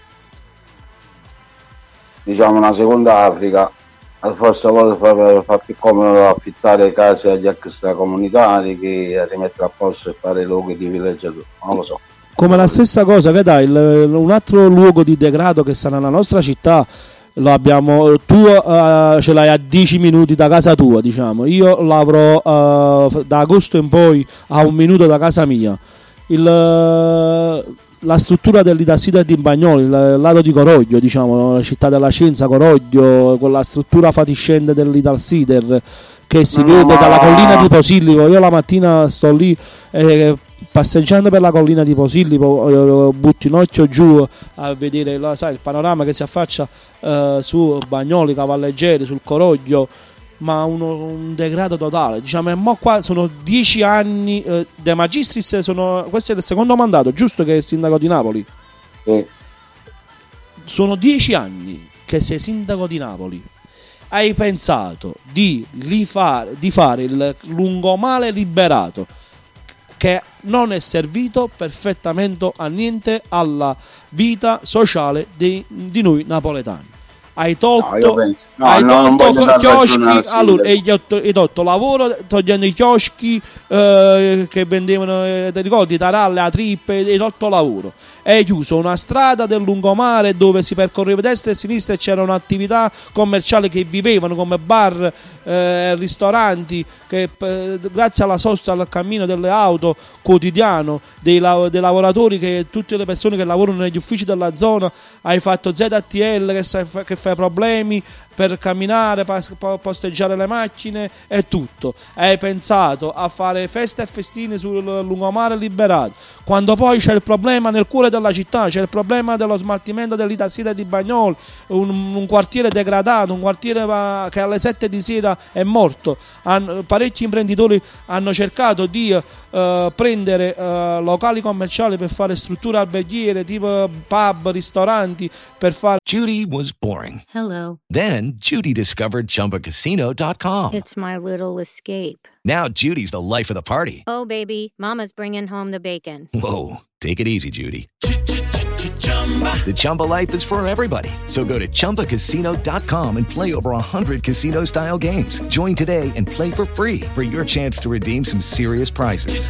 diciamo, una seconda Africa. Forse fa più comodo affittare case agli extracomunitari che a rimettere a posto e fare luoghi di villeggiatura, non lo so. Come la stessa cosa che dai, un altro luogo di degrado che sta nella nostra città, lo abbiamo, tu ce l'hai a 10 minuti da casa tua, diciamo. Io l'avrò da agosto in poi a 1 minuto da casa mia. La struttura dell'Italsider di Bagnoli, il lato di Coroglio, diciamo, la città della scienza, Coroglio, quella struttura fatiscente dell'Italsider che si vede dalla collina di Posillipo. Io la mattina sto lì passeggiando per la collina di Posillipo, butto un occhio giù a vedere il panorama che si affaccia su Bagnoli, Cavalleggeri, sul Coroglio, ma un degrado totale, diciamo. E mo qua sono 10 anni De Magistris, questo è il secondo mandato, giusto, che è sindaco di Napoli? Sono 10 anni che sei sindaco di Napoli. Hai pensato di fare il lungomare liberato, che non è servito perfettamente a niente alla vita sociale di noi napoletani. hai tolto, non voglio dare chioschi, ragione a allora hai tolto lavoro togliendo i chioschi che vendevano, ti ricordi, taralle, a trippe, hai tolto lavoro, hai chiuso una strada del lungomare dove si percorreva destra e sinistra e c'erano attività commerciali che vivevano come bar, ristoranti che grazie alla sosta, al cammino delle auto quotidiano dei lavoratori, che tutte le persone che lavorano negli uffici della zona, hai fatto ZTL che fa problemi per camminare, posteggiare le macchine e tutto. Hai pensato a fare feste e festini sul lungomare liberato, quando poi c'è il problema nel cuore della città, c'è il problema dello smaltimento dell'Italside di Bagnoli, un quartiere degradato, un quartiere che alle 7 di sera è morto. Parecchi imprenditori hanno cercato di prendere locali commerciali per fare strutture alberghiere tipo pub, ristoranti, per fare. Judy was boring. Hello. Then Judy discovered ChumbaCasino.com. It's my little escape. Now Judy's the life of the party. Oh, baby, mama's bringing home the bacon. Whoa, take it easy, Judy. The Chumba life is for everybody. So go to ChumbaCasino.com and play over 100 casino-style games. Join today and play for free for your chance to redeem some serious prizes.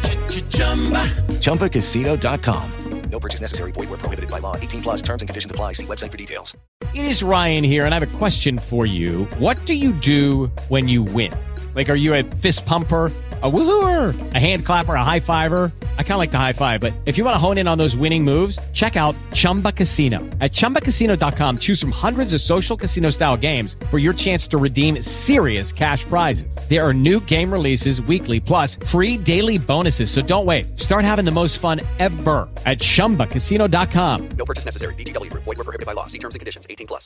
ChumbaCasino.com. No purchase necessary. Void where prohibited by law. 18 plus terms and conditions apply. See website for details. It is Ryan here, and I have a question for you. What do you do when you win? Like, are you a fist pumper, a woohooer, a hand clapper, a high fiver? I kind of like the high five, but if you want to hone in on those winning moves, check out Chumba Casino. At ChumbaCasino.com, choose from hundreds of social casino-style games for your chance to redeem serious cash prizes. There are new game releases weekly, plus free daily bonuses. So don't wait. Start having the most fun ever at ChumbaCasino.com. No purchase necessary. VGW. Void where prohibited by law. See terms and conditions. 18 plus.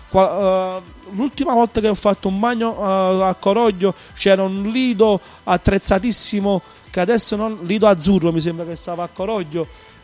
L'ultima volta che ho fatto un bagno a Coroglio c'era un lido attrezzatissimo, che adesso non, lido azzurro mi sembra che stava a Coroglio,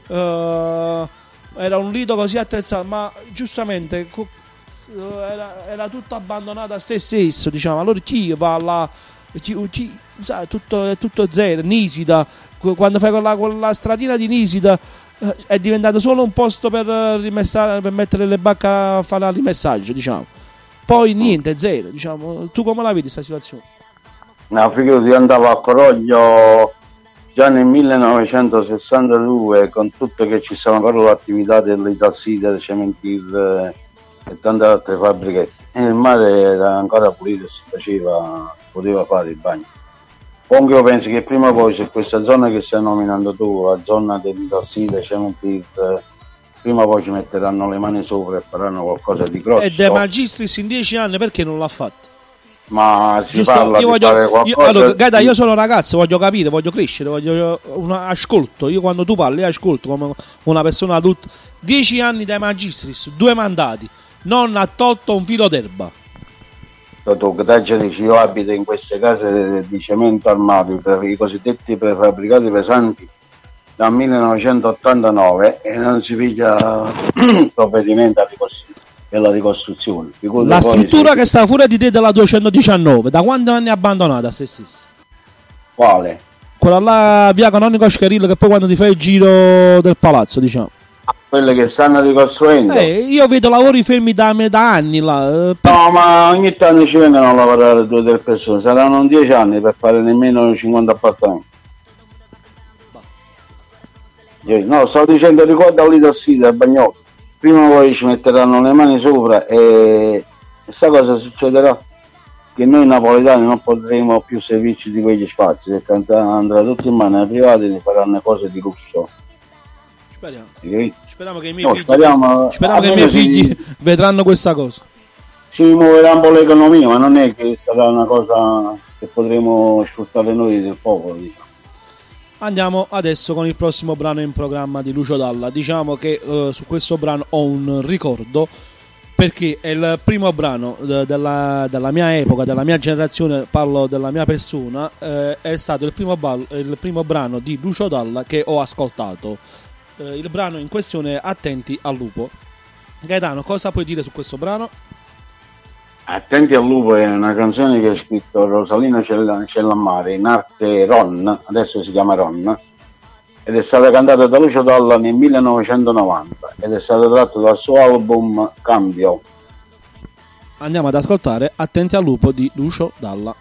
era un lido così attrezzato, ma giustamente era tutto abbandonato a se stesso, diciamo. Allora chi va là, sai, è tutto zero. Nisida, quando fai quella stradina di Nisida, è diventato solo un posto per mettere le bacche a fare il rimessaggio, diciamo. Poi niente, zero, diciamo. Tu come la vedi questa situazione? No, figurati, io andavo a Coroglio già nel 1962, con tutto che ci sono ancora le attività dell'Italside, del Cementir e tante altre fabbriche, e il mare era ancora pulito e si poteva fare il bagno. Comunque io penso che prima o poi, se questa zona che stai nominando tu, la zona dell'Italside, Cementir, prima o poi ci metteranno le mani sopra e faranno qualcosa di grosso. E De Magistris in 10 anni perché non l'ha fatto? Ma si giusto, parla di fare qualcosa. Allora, Gaeta, io sono un ragazzo, voglio capire, voglio crescere, voglio ascolto. Io quando tu parli ascolto come una persona adulta. 10 anni De Magistris, 2 mandati, non ha tolto un filo d'erba. Tu che dici, io abito in queste case di cemento armato per i cosiddetti prefabbricati pesanti dal 1989 e non si piglia provvedimento della ricostruzione. La struttura che sta fuori di te della 219, da quanti anni è abbandonata a se stessa? Quale? Quella là, via Canonico Scarillo, che poi quando ti fai il giro del palazzo, diciamo. Quelle che stanno ricostruendo? Io vedo lavori fermi da anni là. No, ma ogni tanto ci vengono a lavorare 2 o 3 persone, saranno 10 anni per fare nemmeno 50 appartamenti. No, stavo dicendo, ricorda l'Italside a Bagnoli. Prima o poi ci metteranno le mani sopra e questa cosa succederà, che noi napoletani non potremo più servirci di quegli spazi, perché andrà tutto in mano ai privati e ne faranno cose di lusso. Speriamo che i miei figli vedranno questa cosa. Si muoverà un po' l'economia, ma non è che sarà una cosa che potremo sfruttare noi del popolo, diciamo. Andiamo adesso con il prossimo brano in programma di Lucio Dalla. Diciamo che su questo brano ho un ricordo, perché è il primo brano della mia epoca, della mia generazione, parlo della mia persona, è stato il primo brano di Lucio Dalla che ho ascoltato. Il brano in questione è Attenti al lupo. Gaetano, cosa puoi dire su questo brano? Attenti al lupo è una canzone che ha scritto Rosalino Cellammare, in arte Ron, adesso si chiama Ron, ed è stata cantata da Lucio Dalla nel 1990 ed è stata tratta dal suo album Cambio. andiamo ad ascoltare Attenti al lupo di Lucio Dalla.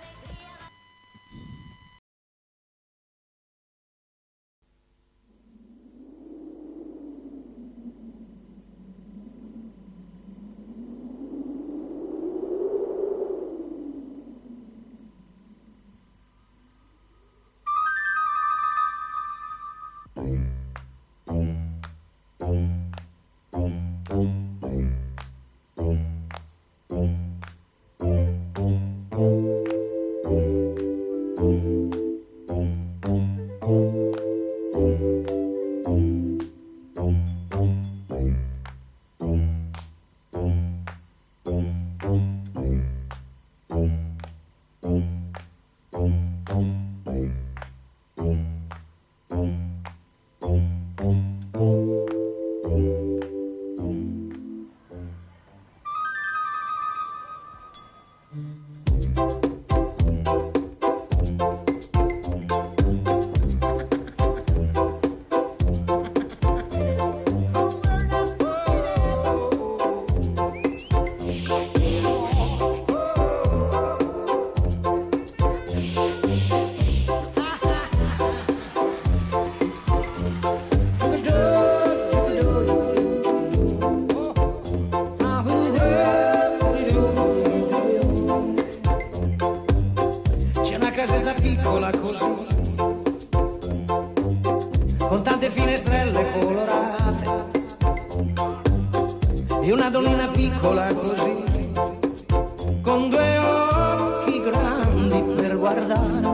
E una donnina piccola così, con due occhi grandi per guardare,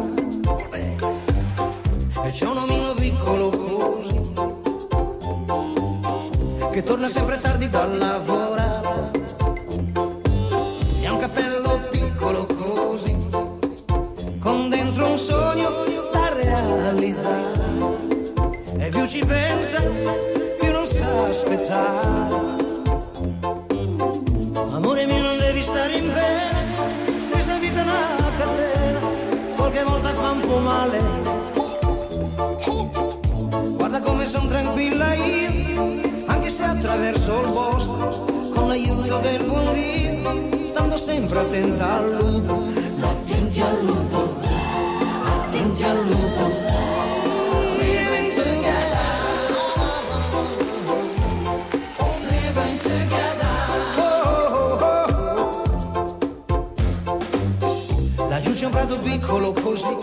e c'è un omino piccolo così, che torna sempre tardi da lavorare, e ha un cappello piccolo così, con dentro un sogno da realizzare, e più ci pensa, più non sa aspettare. Amore mio, non devi stare in pena, questa vita è una catena, qualche volta fa un po' male. Guarda come son tranquilla io, anche se attraverso il bosco, con l'aiuto del buon Dio, stando sempre attenta al lupo. Attenti al lupo, attenti al lupo. C'è un prato piccolo così,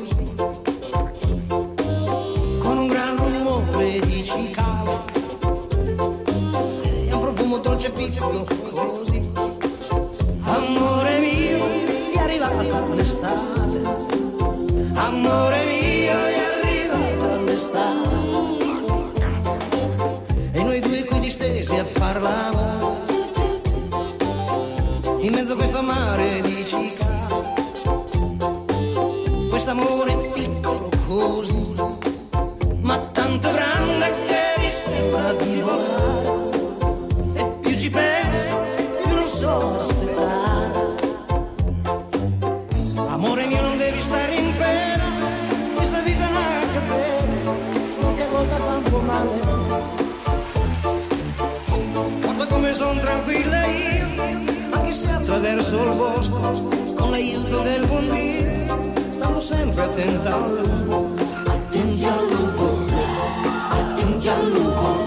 con un gran rumore di cicale, e un profumo dolce piccolo così. Amore mio, è arrivata l'estate, amore mio, è arrivata l'estate, e noi due qui distesi a far l'amore, in mezzo a questo mare di cicale. Quest'amore piccolo così, ma tanto grande che mi sembra di volare, e più ci penso, più non so aspettare. Amore mio, non devi stare in pena, questa vita è una catena, qualche volta fa un po' male. Guarda come son tranquilla io, anche se attraverso il bosco, con l'aiuto del buon Dio, stavo sempre attenta al lupo. Attenti al lupo, attenti al lupo.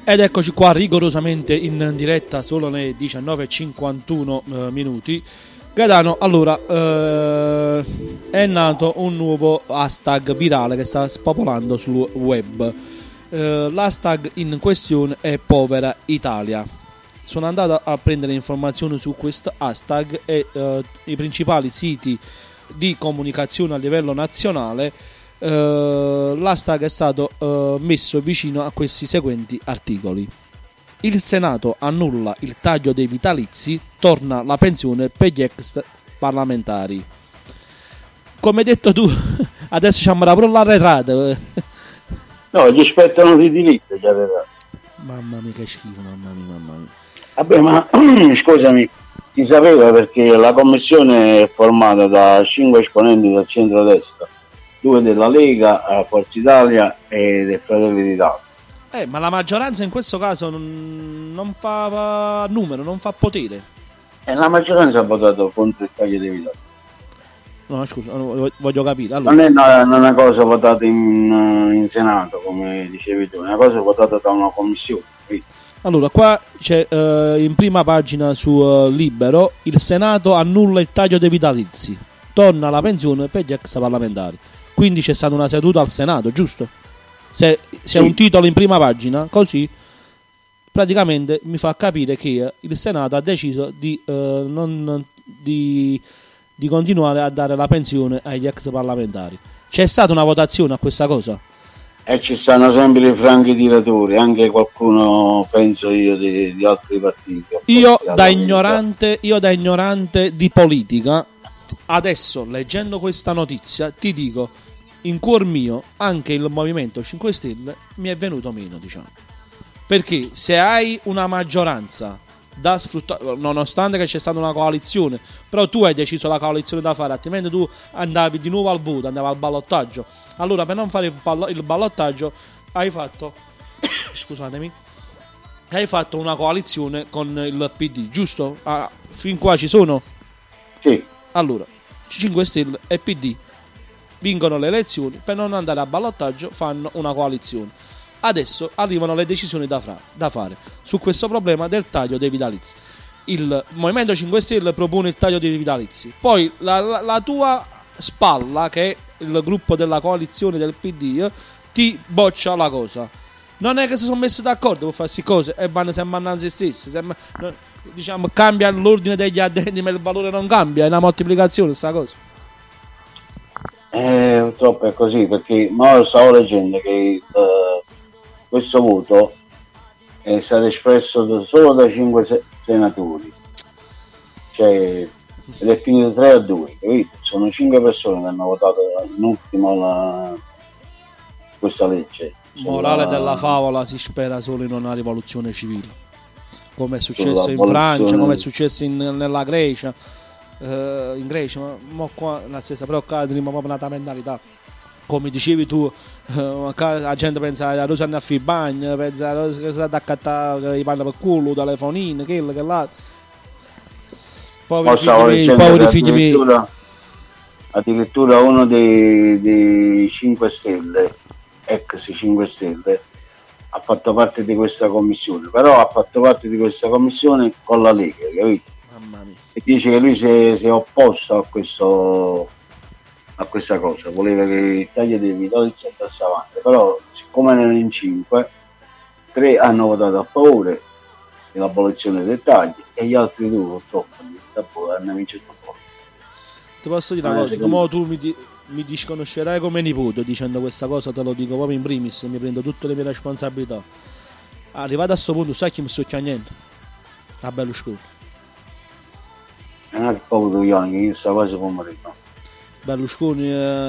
Ed eccoci qua rigorosamente in diretta, solo alle 19:51 minuti. Gaetano, allora, è nato un nuovo hashtag virale che sta spopolando sul web. L'hashtag in questione è Povera Italia. Sono andato a prendere informazioni su questo hashtag e i principali siti di comunicazione a livello nazionale, l'hashtag è stato messo vicino a questi seguenti articoli. Il Senato annulla il taglio dei vitalizi, torna la pensione per gli ex parlamentari. Come hai detto tu, adesso ci avrà pure l'arretrato. No, gli spettano di diritto gli arretrati. Mamma mia che schifo, mamma mia. Vabbè, ma scusami, si sapeva perché la commissione è formata da 5 esponenti del centrodestra, 2 della Lega, Forza Italia e del Fratelli d'Italia. Ma la maggioranza in questo caso non fa numero, non fa potere. La maggioranza ha votato contro il taglio dei vitalizi. No, scusa, voglio capire. Allora. Non è una cosa votata in Senato, come dicevi tu, è una cosa votata da una commissione. Allora, qua c'è in prima pagina su Libero: il Senato annulla il taglio dei vitalizi, torna la pensione per gli ex parlamentari. Quindi c'è stata una seduta al Senato, giusto? Se sì. È un titolo in prima pagina, così praticamente mi fa capire che il Senato ha deciso di continuare a dare la pensione agli ex parlamentari. C'è stata una votazione a questa cosa? E ci stanno sempre i franchi tiratori, anche qualcuno, penso io, di altri partiti. Io da ignorante di politica, adesso leggendo questa notizia ti dico, in cuor mio anche il Movimento 5 Stelle mi è venuto meno, diciamo. Perché se hai una maggioranza da sfruttare, nonostante che c'è stata una coalizione, però tu hai deciso la coalizione da fare, altrimenti tu andavi di nuovo al voto, andavi al ballottaggio. Allora, per non fare il ballottaggio hai fatto scusatemi, hai fatto una coalizione con il PD, giusto? Fin qua ci sono? Sì. Allora, 5 Stelle e PD vincono le elezioni, per non andare a ballottaggio fanno una coalizione. Adesso arrivano le decisioni da fare su questo problema del taglio dei vitalizi. Il Movimento 5 Stelle propone il taglio dei vitalizi, poi la tua spalla, che è il gruppo della coalizione del PD, ti boccia la cosa. Non è che si sono messi d'accordo per farsi cose e vanno sempre annanzi se stessi, diciamo, cambia l'ordine degli addendi ma il valore non cambia, è una moltiplicazione sta cosa. Purtroppo è così, perché ora stavo leggendo che questo voto è stato espresso solo da 5 senatori, cioè, ed è finito 3-2, capito? Sono 5 persone che hanno votato in ultimo questa legge. Morale della favola, si spera solo in una rivoluzione civile, come è successo in Francia, come è successo nella Grecia. In Grecia, ma qua la stessa, però qua abbiamo proprio una mentalità, come dicevi tu, la gente pensa a Rosa a fare i bagni, pensa a Rosa ad accattare i panni per culo, telefonine, quello che là. Poveri figli miei. Addirittura uno dei 5 Stelle, ex 5 Stelle, ha fatto parte di questa commissione, però ha fatto parte di questa commissione con la Lega, capito? E dice che lui si è opposto a questa cosa, voleva che il taglio dei vitalizi andasse avanti, però siccome erano in 5, 3 hanno votato a favore dell'abolizione dei tagli e gli altri 2 purtroppo hanno vinto un po'. Ti posso dire una cosa, come tu mi disconoscerai come nipote dicendo questa cosa, te lo dico proprio in primis, mi prendo tutte le mie responsabilità. Arrivato a questo punto, sai chi mi sto chiamando? A Berlusconi. Non è proprio coglione, che io sta quasi pomeriggio. Berlusconi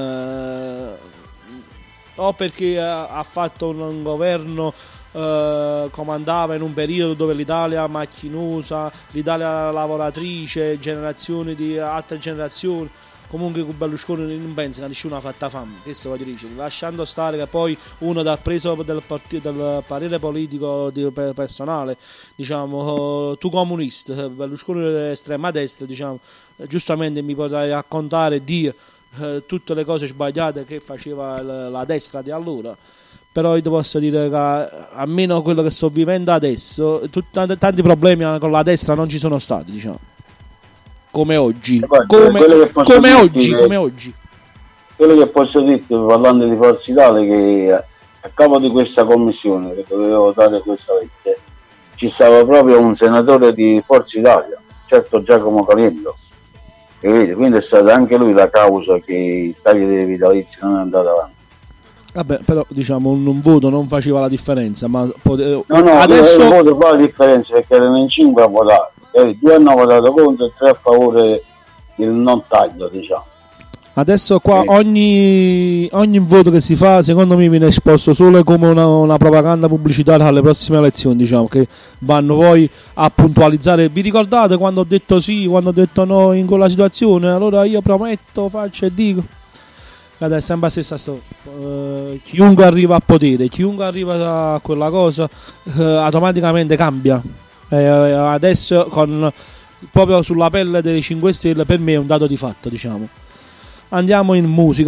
perché ha fatto un governo, comandava in un periodo dove l'Italia macchinosa, l'Italia lavoratrice, generazioni di altre generazioni. Comunque con Berlusconi non pensa che nessuno ha fatta fame, che se voglio dire, lasciando stare che poi uno dal preso del parere politico personale, diciamo, tu comunista, Berlusconi è estrema destra, diciamo, giustamente mi potrai raccontare di tutte le cose sbagliate che faceva la destra di allora, però io ti posso dire che almeno quello che sto vivendo adesso, tanti problemi con la destra non ci sono stati, diciamo, come oggi, come oggi. Quello che posso dirti, parlando di Forza Italia, che a capo di questa commissione che doveva votare questa legge ci stava proprio un senatore di Forza Italia, certo Giacomo Caliendo, e vedi, quindi è stata anche lui la causa che il taglio dei vitalizi non è andato avanti. Vabbè, però diciamo un voto non faceva la differenza, ma adesso il voto fa la differenza, perché erano in 5 a votare, 2 hanno votato contro e 3 a favore del non taglio, diciamo. Adesso qua ogni voto che si fa, secondo me, viene esposto solo come una propaganda pubblicitaria alle prossime elezioni, diciamo, che vanno poi a puntualizzare. Vi ricordate quando ho detto sì, quando ho detto no in quella situazione? Allora io prometto, faccio e dico. Guarda, è sempre la stessa storia. Chiunque arriva a potere, chiunque arriva a quella cosa, automaticamente cambia. Adesso, proprio sulla pelle dei 5 Stelle, per me è un dato di fatto, diciamo. Andiamo in musica.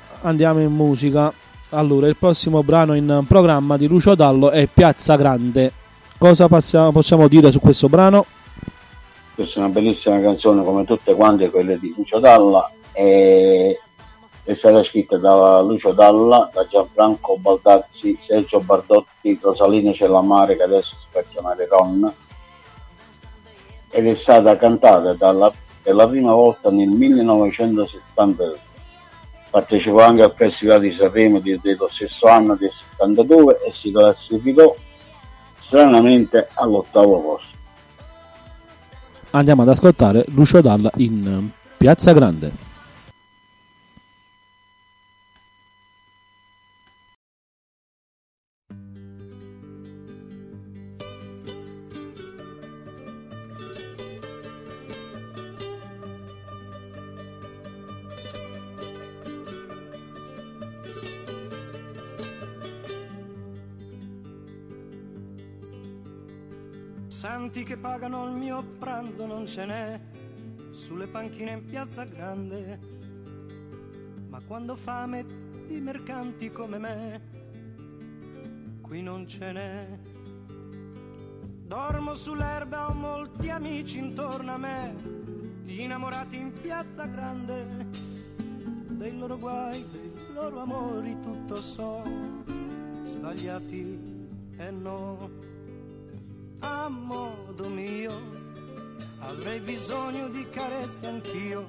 Allora, il prossimo brano in programma di Lucio Dallo è Piazza Grande. Cosa possiamo dire su questo brano? Questa è una bellissima canzone, come tutte quante quelle di Lucio Dalla, è stata scritta da Lucio Dalla, da Gianfranco Baldazzi, Sergio Bardotti, Rosalina Cellamare, che adesso si fa chiamare Ron, ed è stata cantata per la prima volta nel 1972. Partecipò anche al Festival di Sanremo dello stesso anno, del 72, e si classificò stranamente all'8° posto. Andiamo ad ascoltare Lucio Dalla in Piazza Grande. Santi che pagano il mio pranzo non ce n'è sulle panchine in Piazza Grande, ma quando fame di mercanti come me qui non ce n'è. Dormo sull'erba, ho molti amici intorno a me, innamorati in Piazza Grande, dei loro guai, dei loro amori tutto so, sbagliati e no. A modo mio avrei bisogno di carezze anch'io,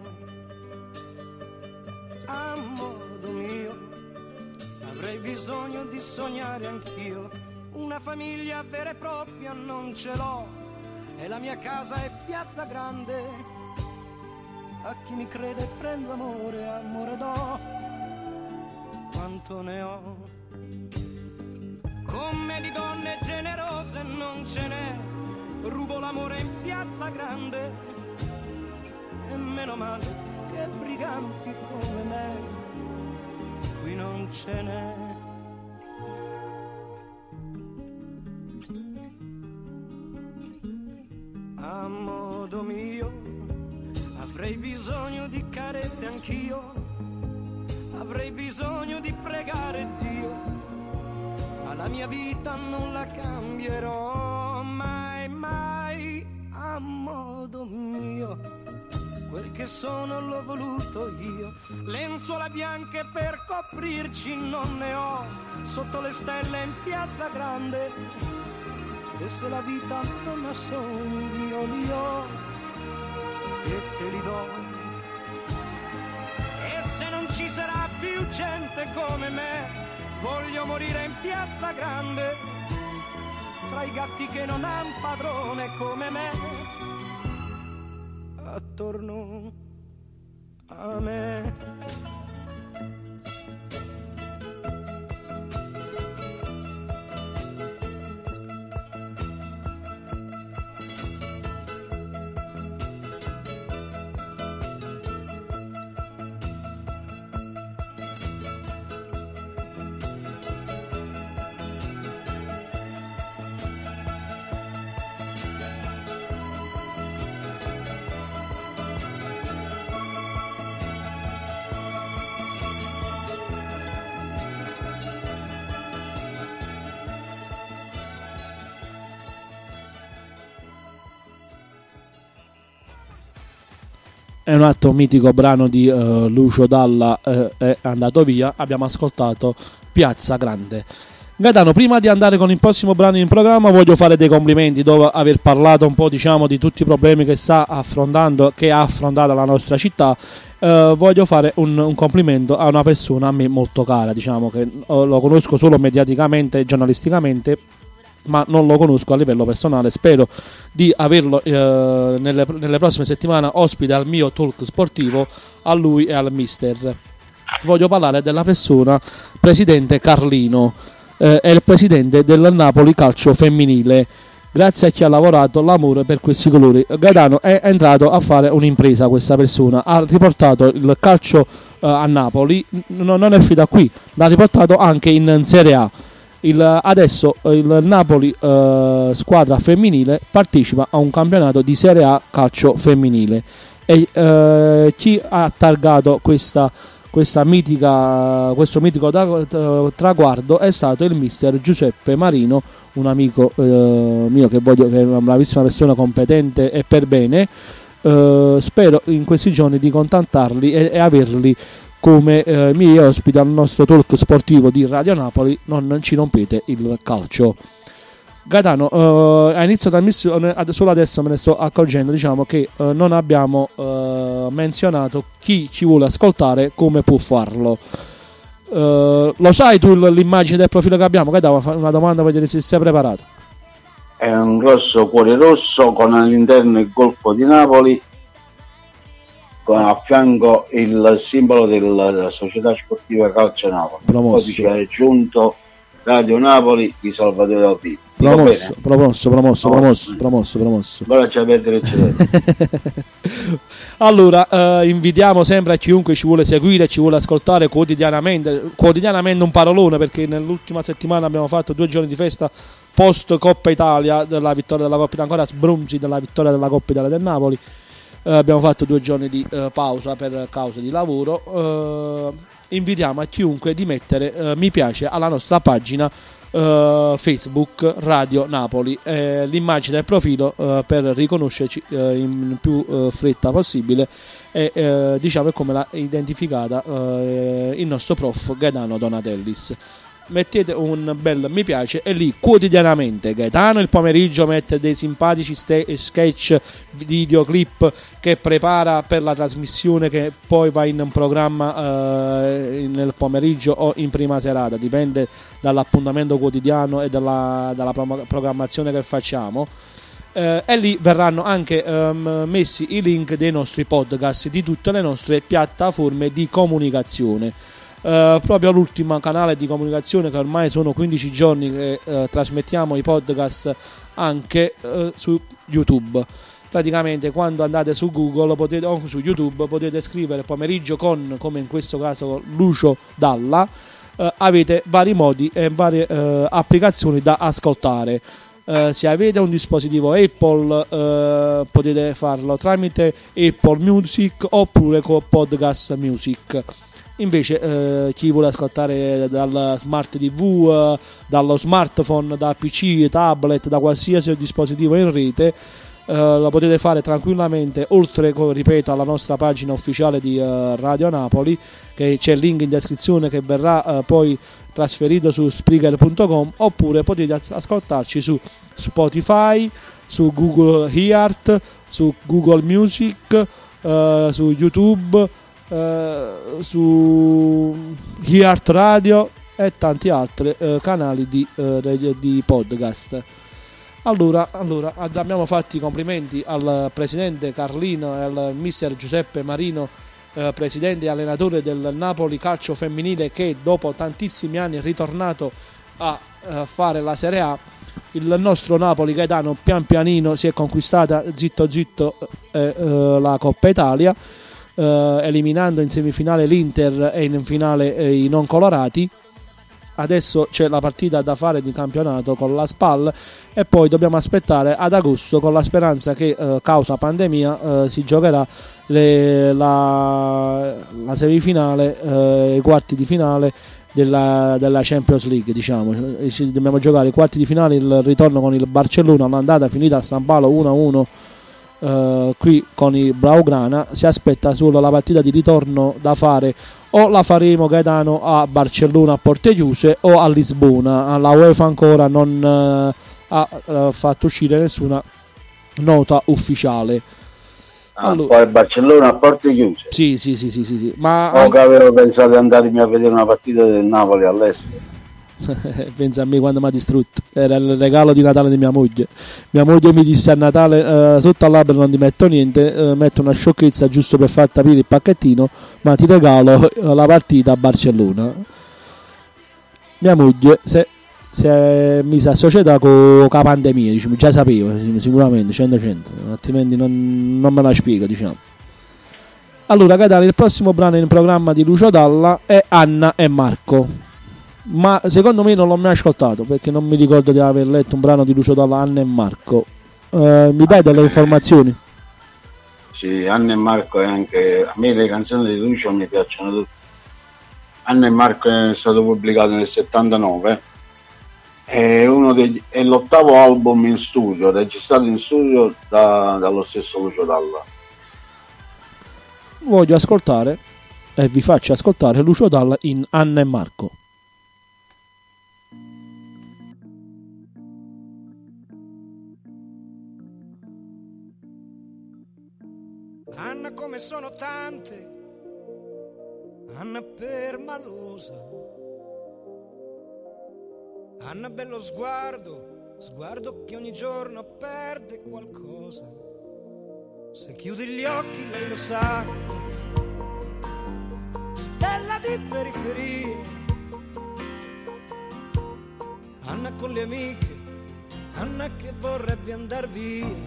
a modo mio avrei bisogno di sognare anch'io. Una famiglia vera e propria non ce l'ho, e la mia casa è Piazza Grande. A chi mi crede prendo amore, amore do, quanto ne ho. Come di donne generose non ce n'è, rubo l'amore in Piazza Grande, e meno male che briganti come me qui non ce n'è. A modo mio avrei bisogno di carezze anch'io, avrei bisogno di pregare Dio, ma la mia vita non la cambierò mai, mai. A modo mio quel che sono l'ho voluto io, lenzuola bianche per coprirci non ne ho, sotto le stelle in Piazza Grande, e se la vita non ha sogni io li ho e te li do. E se non ci sarà più gente come me, voglio morire in Piazza Grande, tra i gatti che non han padrone come me, attorno a me. è un altro mitico brano di Lucio Dalla, è andato via. Abbiamo ascoltato Piazza Grande. Gaetano, prima di andare con il prossimo brano in programma, voglio fare dei complimenti dopo aver parlato un po', diciamo, di tutti i problemi che sta affrontando, che ha affrontato la nostra città. Voglio fare un complimento a una persona a me molto cara, diciamo che lo conosco solo mediaticamente e giornalisticamente, ma non lo conosco a livello personale. Spero di averlo nelle prossime settimane ospite al mio talk sportivo, a lui e al mister. Voglio parlare della persona presidente Carlino, è il presidente del Napoli Calcio Femminile. Grazie a chi ha lavorato l'amore per questi colori. Gaetano è entrato a fare un'impresa, questa persona ha riportato il calcio a Napoli, non è finita qui, l'ha riportato anche in Serie A. Adesso il Napoli squadra femminile partecipa a un campionato di Serie A calcio femminile, e chi ha targato questo mitico traguardo è stato il mister Giuseppe Marino, un amico mio che è una bravissima persona, competente e per bene. Spero in questi giorni di contattarli e averli come miei ospiti al nostro talk sportivo di Radio Napoli. Non ci rompete il calcio. Gaetano, a inizio trasmissione, solo adesso me ne sto accorgendo, diciamo che non abbiamo menzionato chi ci vuole ascoltare come può farlo. Lo sai tu l'immagine del profilo che abbiamo? Gaetano, una domanda per vedere se sei preparato. È un grosso cuore rosso con all'interno il golfo di Napoli, con a fianco il simbolo della società sportiva Calcio Napoli. Poi ci è aggiunto Radio Napoli di Salvatore Alpino. Promosso. Ora ci avete Allora, invitiamo sempre a chiunque ci vuole seguire, ci vuole ascoltare quotidianamente un parolone, perché nell'ultima settimana abbiamo fatto 2 giorni di festa post Coppa Italia, della vittoria della Coppa Italia, ancora sbrunzi della vittoria della Coppa Italia del Napoli. Abbiamo fatto 2 giorni di pausa per causa di lavoro. Invitiamo a chiunque di mettere mi piace alla nostra pagina Facebook Radio Napoli, l'immagine del profilo per riconoscerci in più fretta possibile, e diciamo è come l'ha identificata il nostro prof Gaetano Donatellis. Mettete un bel mi piace e lì quotidianamente Gaetano il pomeriggio mette dei simpatici sketch, videoclip che prepara per la trasmissione che poi va in programma nel pomeriggio o in prima serata, dipende dall'appuntamento quotidiano e dalla programmazione che facciamo. E lì verranno anche messi i link dei nostri podcast, di tutte le nostre piattaforme di comunicazione. Proprio l'ultimo canale di comunicazione, che ormai sono 15 giorni che trasmettiamo i podcast anche su YouTube. Praticamente quando andate su Google o su YouTube potete scrivere pomeriggio con, come in questo caso, Lucio Dalla, avete vari modi e varie applicazioni da ascoltare. Se avete un dispositivo Apple potete farlo tramite Apple Music oppure con Podcast Music. Invece chi vuole ascoltare dal smart TV, dallo smartphone, da PC, tablet, da qualsiasi dispositivo in rete, lo potete fare tranquillamente, oltre, ripeto, alla nostra pagina ufficiale di Radio Napoli, che c'è il link in descrizione che verrà poi trasferito su Spreaker.com, oppure potete ascoltarci su Spotify, su Google Heart, su Google Music, su YouTube, su Heart Radio e tanti altri canali di podcast. Allora abbiamo fatto i complimenti al presidente Carlino e al mister Giuseppe Marino, presidente e allenatore del Napoli Calcio Femminile, che dopo tantissimi anni è ritornato a fare la Serie A. Il nostro Napoli, Gaetano, pian pianino si è conquistata zitto la Coppa Italia, eliminando in semifinale l'Inter e in finale i non colorati. Adesso c'è la partita da fare di campionato con la SPAL e poi dobbiamo aspettare ad agosto, con la speranza che causa pandemia si giocherà la semifinale, i quarti di finale della Champions League, diciamo. Dobbiamo giocare i quarti di finale, il ritorno con il Barcellona, l'andata finita a San Paolo 1-1 qui con il Blaugrana. Si aspetta solo la partita di ritorno da fare, o la faremo, Gaetano, a Barcellona a porte chiuse o a Lisbona. La UEFA ancora non ha fatto uscire nessuna nota ufficiale. Allora, poi Barcellona a porte chiuse. Sì. Ma che avevo pensato di andarmi a vedere una partita del Napoli all'estero. Pensa a me quando mi ha distrutto, era il regalo di Natale di mia moglie. Mia moglie mi disse a Natale: sotto all'albero non ti metto niente, metto una sciocchezza giusto per far aprire il pacchettino, ma ti regalo la partita a Barcellona. Mia moglie si è messa a società con la pandemia, diciamo, già sapevo sicuramente 100%, altrimenti non me la spiega, diciamo. Allora, Gaetano, il prossimo brano in programma di Lucio Dalla è Anna e Marco. Ma secondo me non l'ho mai ascoltato, perché non mi ricordo di aver letto un brano di Lucio Dalla, Anna e Marco. Mi dai delle informazioni? Sì, Anna e Marco è anche... A me le canzoni di Lucio mi piacciono tutte. Anna e Marco è stato pubblicato nel 79, è l'8º album in studio, registrato in studio dallo stesso Lucio Dalla. Voglio ascoltare e vi faccio ascoltare Lucio Dalla in Anna e Marco. Anna come sono tante, Anna permalosa, Anna bello sguardo che ogni giorno perde qualcosa. Se chiudi gli occhi lei lo sa, stella di periferia. Anna con le amiche, Anna che vorrebbe andar via.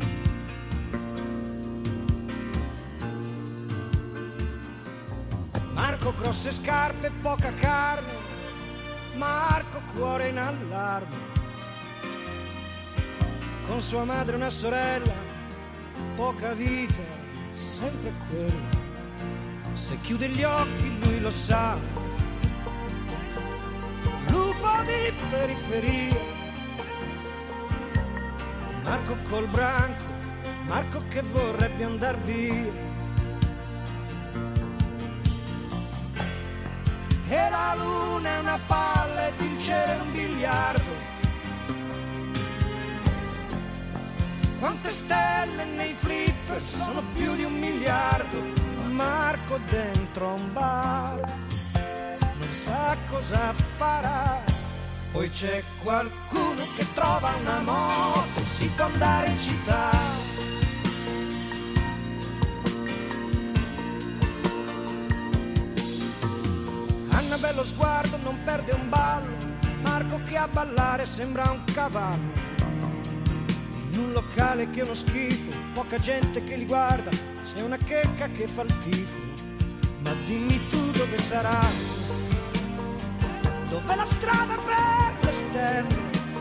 Marco grosse scarpe, poca carne, Marco cuore in allarme. Con sua madre una sorella, poca vita, sempre quella. Se chiude gli occhi lui lo sa, lupo di periferia. Marco col branco, Marco che vorrebbe andar via. E la luna è una palla ed il cielo è un biliardo. Quante stelle nei flipper, sono più di 1 miliardo. Marco dentro un bar, non sa cosa farà. Poi c'è qualcuno che trova una moto, si può andare in città. Anna bello sguardo, non perde un ballo, Marco che a ballare sembra un cavallo. In un locale che è uno schifo, poca gente che li guarda, c'è una checca che fa il tifo. Ma dimmi tu dove sarà, dov'è la strada per le stelle.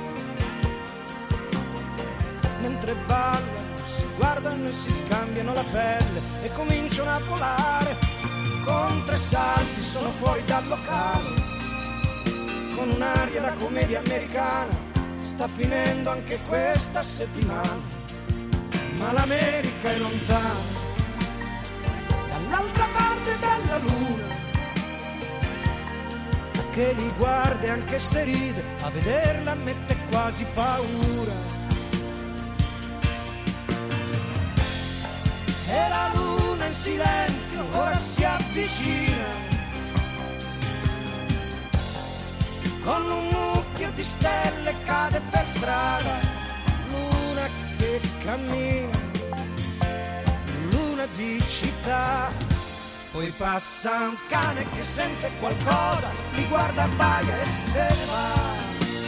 Mentre ballano, si guardano e si scambiano la pelle e cominciano a volare. Con 3 salti sono fuori dal locale, con un'aria da commedia americana. Sta finendo anche questa settimana, ma l'America è lontana, dall'altra parte della luna, che li guarda e anche se ride, a vederla mette quasi paura. E la luna in silenzio ora si avvicina, con un mucchio di stelle cade per strada. Luna che cammina, luna di città. Poi passa un cane che sente qualcosa, li guarda, abbaia e se ne va.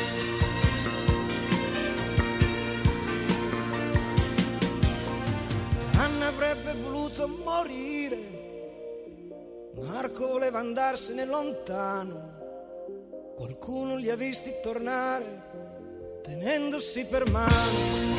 Anna avrebbe voluto morire, Marco voleva andarsene lontano. Qualcuno li ha visti tornare, tenendosi per mano.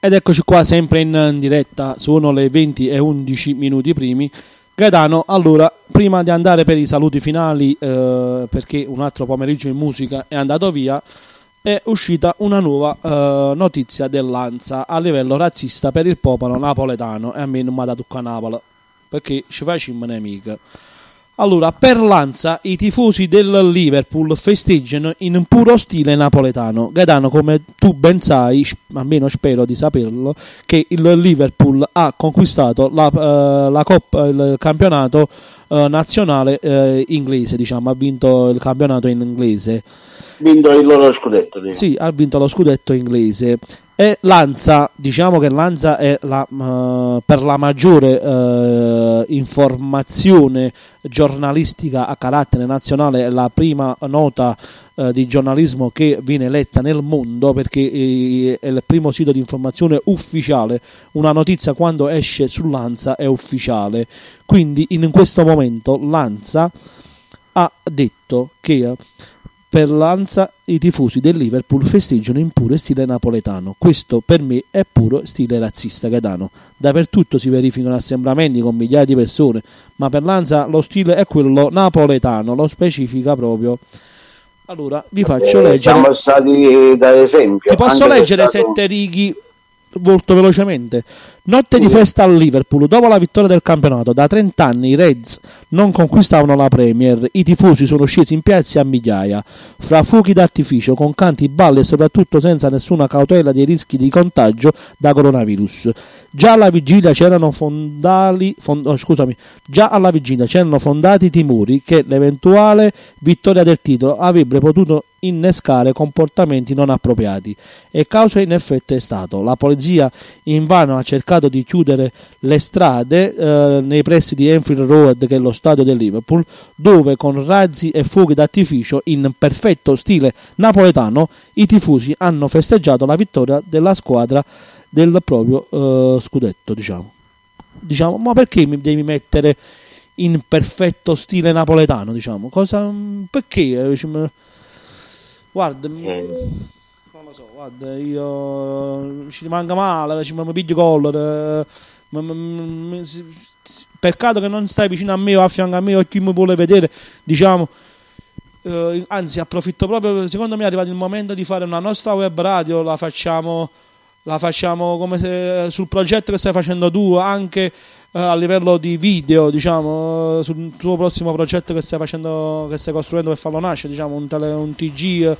Ed eccoci qua sempre in diretta, sono le 20:11 primi. Gaetano, allora, prima di andare per i saluti finali, perché un altro pomeriggio in musica è andato via, è uscita una nuova notizia dell'ANSA a livello razzista per il popolo napoletano, e a me non mi ha dato a Napoli, perché ci facciamo nemica. Allora, per l'ANSA i tifosi del Liverpool festeggiano in puro stile napoletano. Gaetano, come tu ben sai, almeno spero di saperlo, che il Liverpool ha conquistato la Coppa, il campionato nazionale inglese, diciamo, ha vinto il campionato in inglese. Vinto il loro scudetto. Diciamo. Sì, ha vinto lo scudetto inglese. E l'ANSA, diciamo che l'ANSA è per la maggiore informazione giornalistica a carattere nazionale, è la prima nota di giornalismo che viene letta nel mondo, perché è il primo sito di informazione ufficiale. Una notizia quando esce sull'ANSA è ufficiale. Quindi in questo momento l'ANSA ha detto che per l'ANSA i tifosi del Liverpool festeggiano in puro stile napoletano. Questo per me è puro stile razzista, Gaetano. Dappertutto si verificano assembramenti con migliaia di persone, ma per l'ANSA lo stile è quello napoletano, lo specifica proprio. Allora, vi faccio leggere. Siamo stati da esempio. Ti posso leggere 7 righe molto velocemente. Notte di festa al Liverpool. Dopo la vittoria del campionato, da 30 anni i Reds non conquistavano la Premier. I tifosi sono scesi in piazza a migliaia, fra fuochi d'artificio, con canti, balli e soprattutto senza nessuna cautela dei rischi di contagio da coronavirus. Già alla vigilia c'erano fondati timori che l'eventuale vittoria del titolo avrebbe potuto innescare comportamenti non appropriati, e causa in effetti è stato. La polizia invano ha cercato di chiudere le strade nei pressi di Anfield Road, che è lo stadio del Liverpool, dove con razzi e fuochi d'artificio in perfetto stile napoletano i tifosi hanno festeggiato la vittoria della squadra del proprio scudetto, diciamo. Ma perché mi devi mettere in perfetto stile napoletano, diciamo? Perché? Guarda, non lo so, guarda, io ci rimanga male, mi piglio colore, peccato che non stai vicino a me o a fianco a me o chi mi vuole vedere, diciamo. Anzi, approfitto proprio, secondo me è arrivato il momento di fare una nostra web radio, la facciamo come se sul progetto che stai facendo tu, anche a livello di video, diciamo, sul tuo prossimo progetto che stai facendo, che stai costruendo per farlo nascere, diciamo, un TG,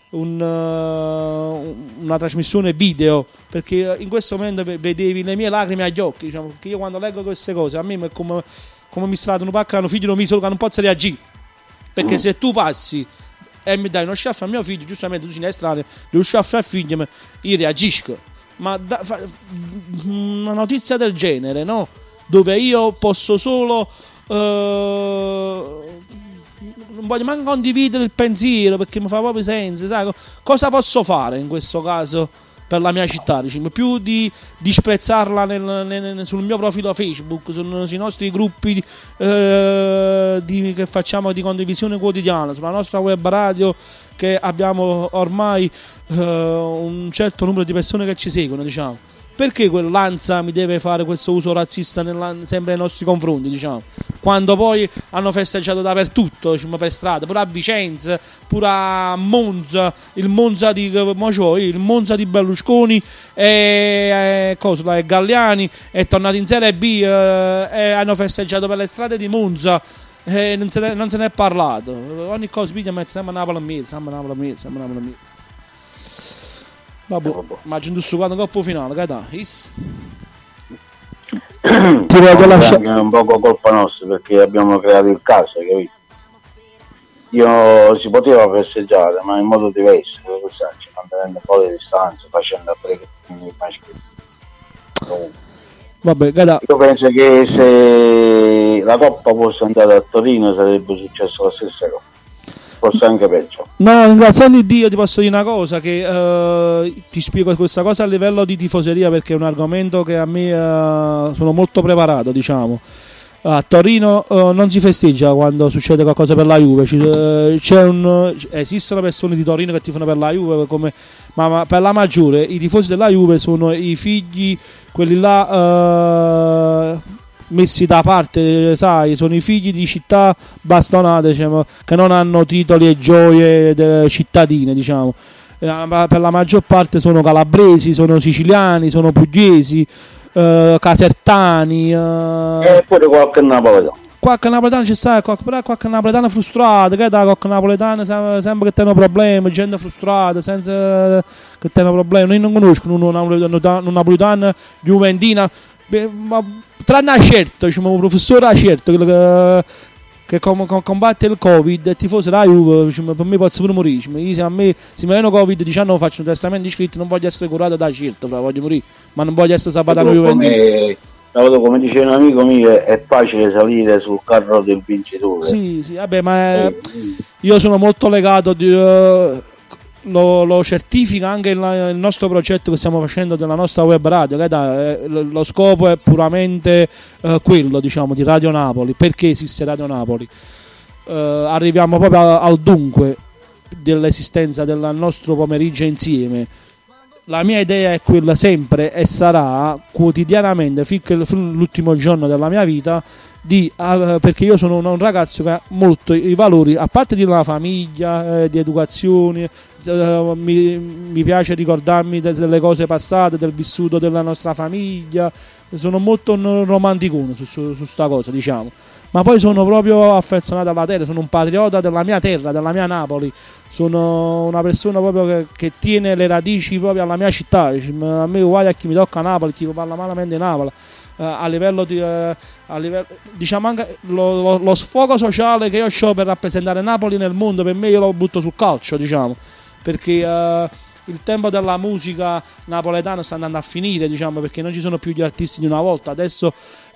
una trasmissione video, perché in questo momento vedevi le mie lacrime agli occhi, diciamo, perché io quando leggo queste cose a me è come mi stradano un pacco, hanno figlio mio, solo che non posso reagire, perché se tu passi e mi dai uno schiaffo a mio figlio, giustamente tu sei estraneo, lo schiaffo a figlio, io reagisco, ma una notizia del genere, no? Dove io posso solo non voglio manco condividere il pensiero, perché mi fa proprio senso, sai? Cosa posso fare in questo caso per la mia città, diciamo? Più di sprezzarla sul mio profilo Facebook, sui nostri gruppi che facciamo di condivisione quotidiana, sulla nostra web radio, che abbiamo ormai un certo numero di persone che ci seguono, diciamo. Perché quell'ANSA mi deve fare questo uso razzista sempre nei nostri confronti, diciamo? Quando poi hanno festeggiato dappertutto, diciamo, per strada, pure a Vicenza, pure a Monza, il Monza di Berlusconi e Galliani è tornato in Serie B e hanno festeggiato per le strade di Monza e non se ne è parlato. Ogni cosa mette sempre Napoli a mezzo, Vabbè, immagino tu quando coppo finale, Gaetano. Ti voglio lasciare un poco colpa nostra, perché abbiamo creato il caso, capito? Si poteva festeggiare, ma in modo diverso, mantenendo un po' di distanza, facendo i maschi. Vabbè, Gaetano. Io penso che se la Coppa fosse andata a Torino sarebbe successo la stessa cosa. Forse anche peggio. No, ringraziando Dio ti posso dire una cosa, che ti spiego questa cosa a livello di tifoseria, perché è un argomento che a me sono molto preparato, diciamo. A Torino non si festeggia quando succede qualcosa per la Juve, esistono persone di Torino che tifano per la Juve, ma per la maggiore i tifosi della Juve sono i figli, quelli là messi da parte, sai, sono i figli di città bastonate, diciamo, che non hanno titoli e gioie cittadine, diciamo. Per la maggior parte sono calabresi, sono siciliani, sono pugliesi, casertani, e pure qualche napoletano. Qualche napoletano ci sta, però qualche napoletano frustrato, che da qualche napoletano sembra che tengano problemi, gente frustrata, senza che tengano problemi. Io non conosco un napoletano juventina, ma tranne a certo, diciamo, un professore a certo, quello che combatte il Covid, e tifoso della Juve, diciamo, per me posso pure morire. Se mi viene Covid-19 faccio un testamento di scritto, non voglio essere curato da certo, voglio morire, ma non voglio essere sabatano juventino. Come dice un amico mio, è facile salire sul carro del vincitore. Sì, vabbè, ma io sono molto legato, lo certifica anche il nostro progetto che stiamo facendo della nostra web radio, che lo scopo è puramente quello, diciamo, di Radio Napoli. Perché esiste Radio Napoli? Arriviamo proprio al dunque dell'esistenza del nostro pomeriggio insieme. La mia idea è quella sempre e sarà quotidianamente finché l'ultimo giorno della mia vita, perché io sono un ragazzo che ha molto i valori, a parte di una famiglia, di educazione, mi piace ricordarmi delle cose passate, del vissuto della nostra famiglia. Sono molto romanticone su sta cosa, diciamo, ma poi sono proprio affezionato alla terra, sono un patriota della mia terra, della mia Napoli, sono una persona proprio che tiene le radici proprio alla mia città. A me guarda a chi mi tocca Napoli, chi parla malamente di Napoli, a livello diciamo anche lo sfogo sociale che io ho per rappresentare Napoli nel mondo, per me io lo butto sul calcio, diciamo, perché il tempo della musica napoletana sta andando a finire, diciamo, perché non ci sono più gli artisti di una volta. Adesso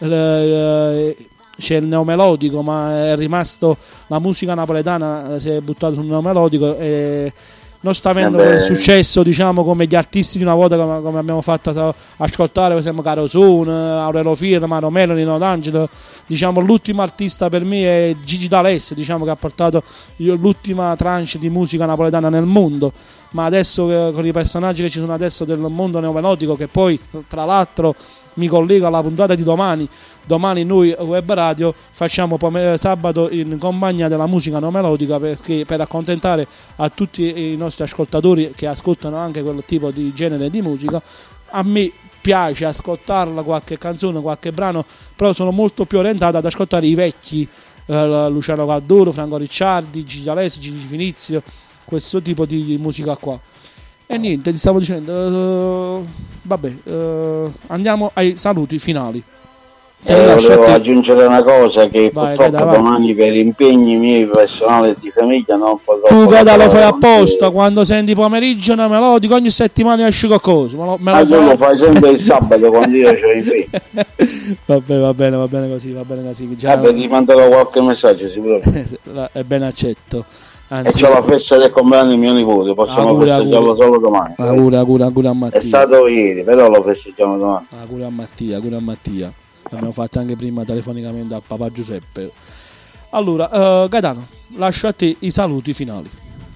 c'è il neomelodico, ma è rimasto la musica napoletana, si è buttata sul neomelodico e non sta avendo il successo, diciamo, come gli artisti di una volta, come abbiamo fatto ascoltare, per esempio Carosone, Aurelio Firma, Romero, Nino D'Angelo. Diciamo, l'ultimo artista per me è Gigi D'Alessio, diciamo, che ha portato l'ultima tranche di musica napoletana nel mondo. Ma adesso, con i personaggi che ci sono adesso del mondo neomelodico, che poi tra l'altro mi collego alla puntata di domani noi web radio facciamo sabato in compagnia della musica neomelodica, perché per accontentare a tutti i nostri ascoltatori che ascoltano anche quel tipo di genere di musica. A me piace ascoltarla, qualche canzone, qualche brano, però sono molto più orientato ad ascoltare i vecchi, Luciano Caldoro, Franco Ricciardi, Gigi D'Alessio, Gigi Finizio, questo tipo di musica qua. E niente, ti stavo dicendo, andiamo ai saluti finali. Volevo aggiungere una cosa, che purtroppo domani per impegni miei personali e di famiglia non potrò. Tu lo fai apposta, quando senti pomeriggio una melodica ogni settimana esce qualcosa, ma tu lo fai sempre il sabato quando io ho impegni. Va bene così. Già... ti manderò qualche messaggio sicuramente. È ben accetto. Anzi, e c'è la festa del compleanno di mio nipote, possiamo festeggiarlo solo domani. Auguri a Mattia. È stato ieri, però lo festeggiamo domani. Auguri a Mattia. L'abbiamo fatto anche prima telefonicamente al papà Giuseppe. Allora, Gaetano, lascio a te i saluti finali.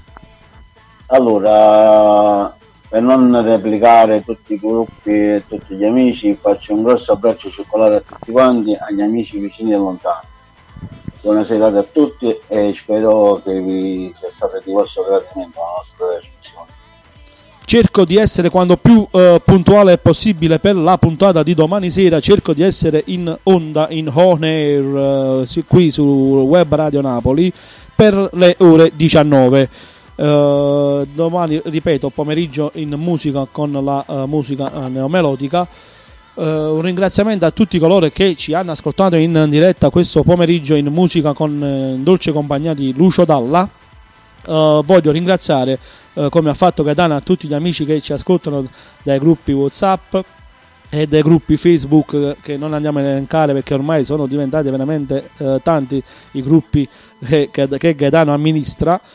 Allora, per non replicare tutti i gruppi e tutti gli amici, faccio un grosso abbraccio circolare a tutti quanti, agli amici vicini e lontani. Buonasera a tutti e spero che vi sia stato di vostro gradimento la nostra trasmissione. Cerco di essere quanto più puntuale possibile per la puntata di domani sera. Cerco di essere in onda, in on air, qui su Web Radio Napoli per le ore 19. Domani, ripeto, pomeriggio in musica con la musica neomelodica. Un ringraziamento a tutti coloro che ci hanno ascoltato in diretta questo pomeriggio in musica con dolce compagnia di Lucio Dalla. Voglio ringraziare, come ha fatto Gaetano, a tutti gli amici che ci ascoltano dai gruppi WhatsApp e dai gruppi Facebook, che non andiamo a elencare perché ormai sono diventati veramente tanti i gruppi che Gaetano amministra.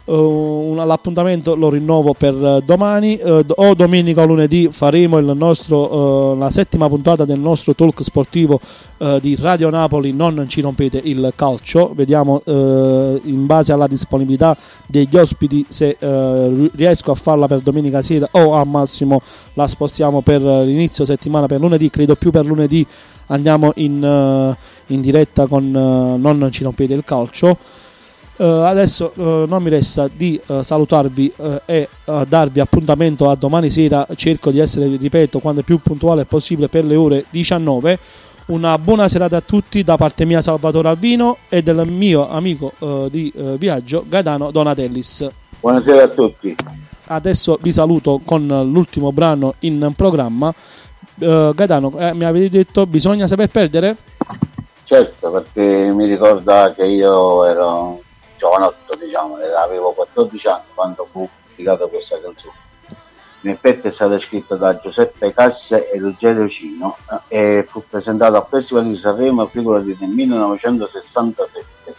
L'appuntamento lo rinnovo per domani, o domenica o lunedì faremo la settima puntata del nostro talk sportivo di Radio Napoli. Non ci rompete il calcio. Vediamo in base alla disponibilità degli ospiti se riesco a farla per domenica sera, o al massimo la spostiamo per l'inizio settimana, per lunedì. Credo più per lunedì andiamo in diretta con Non ci rompete il calcio. Adesso non mi resta di salutarvi e darvi appuntamento a domani sera. Cerco di essere, ripeto, quanto più puntuale possibile, per le ore 19. Una buona serata a tutti da parte mia, Salvatore Alvino, e del mio amico di viaggio, Gaetano Donatellis. Buonasera a tutti. Adesso vi saluto con l'ultimo brano in programma. Gaetano, mi avete detto bisogna saper perdere? Certo, perché mi ricorda che io ero giovanotto, diciamo, avevo 14 anni quando fu pubblicata questa canzone. In effetti è stata scritta da Giuseppe Casse e Ruggero Cino e fu presentata al Festival di Sanremo, figurati, nel 1967.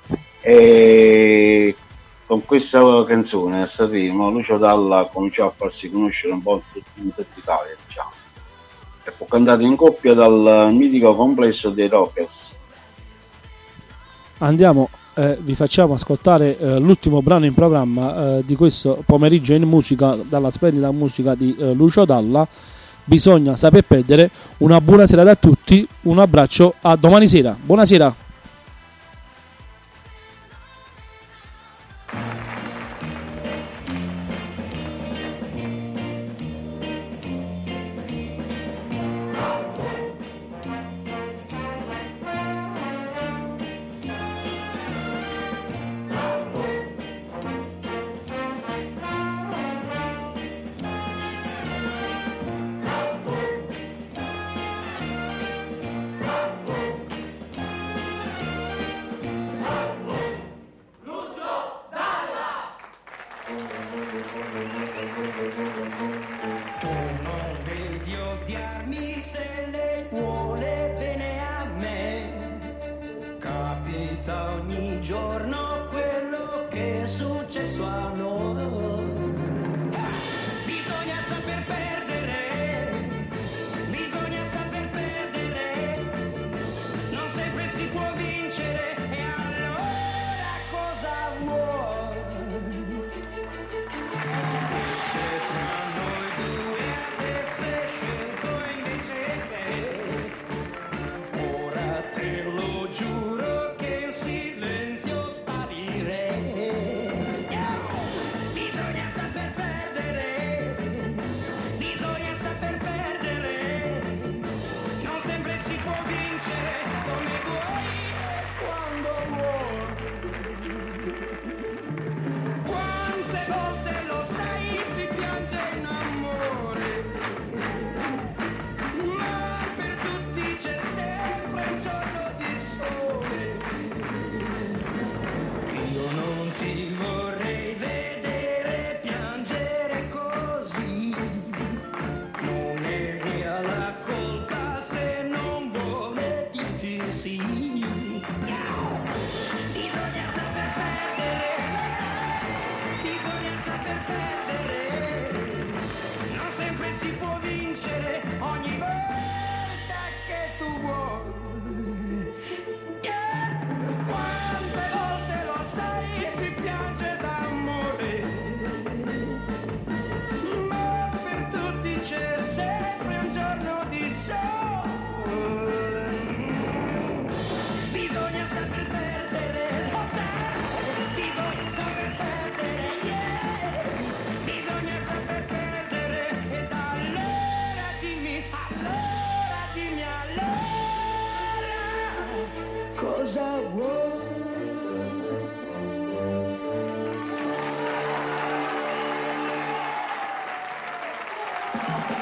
E con questa canzone a Sanremo Lucio Dalla cominciò a farsi conoscere un po' in tutta Italia, diciamo, e fu cantata in coppia dal mitico complesso dei Rockers. Andiamo, vi facciamo ascoltare l'ultimo brano in programma di questo pomeriggio in musica, dalla splendida musica di Lucio Dalla. Bisogna saper perdere. Una buona serata a tutti, un abbraccio, a domani sera. Buonasera. Ogni giorno quello che è successo a noi. Bisogna saper perdere, bisogna saper perdere, non sempre si può vincere, e allora cosa vuoi? Se tra noi due avesse scelto invece te, ora te lo giuro, cosa vuoi?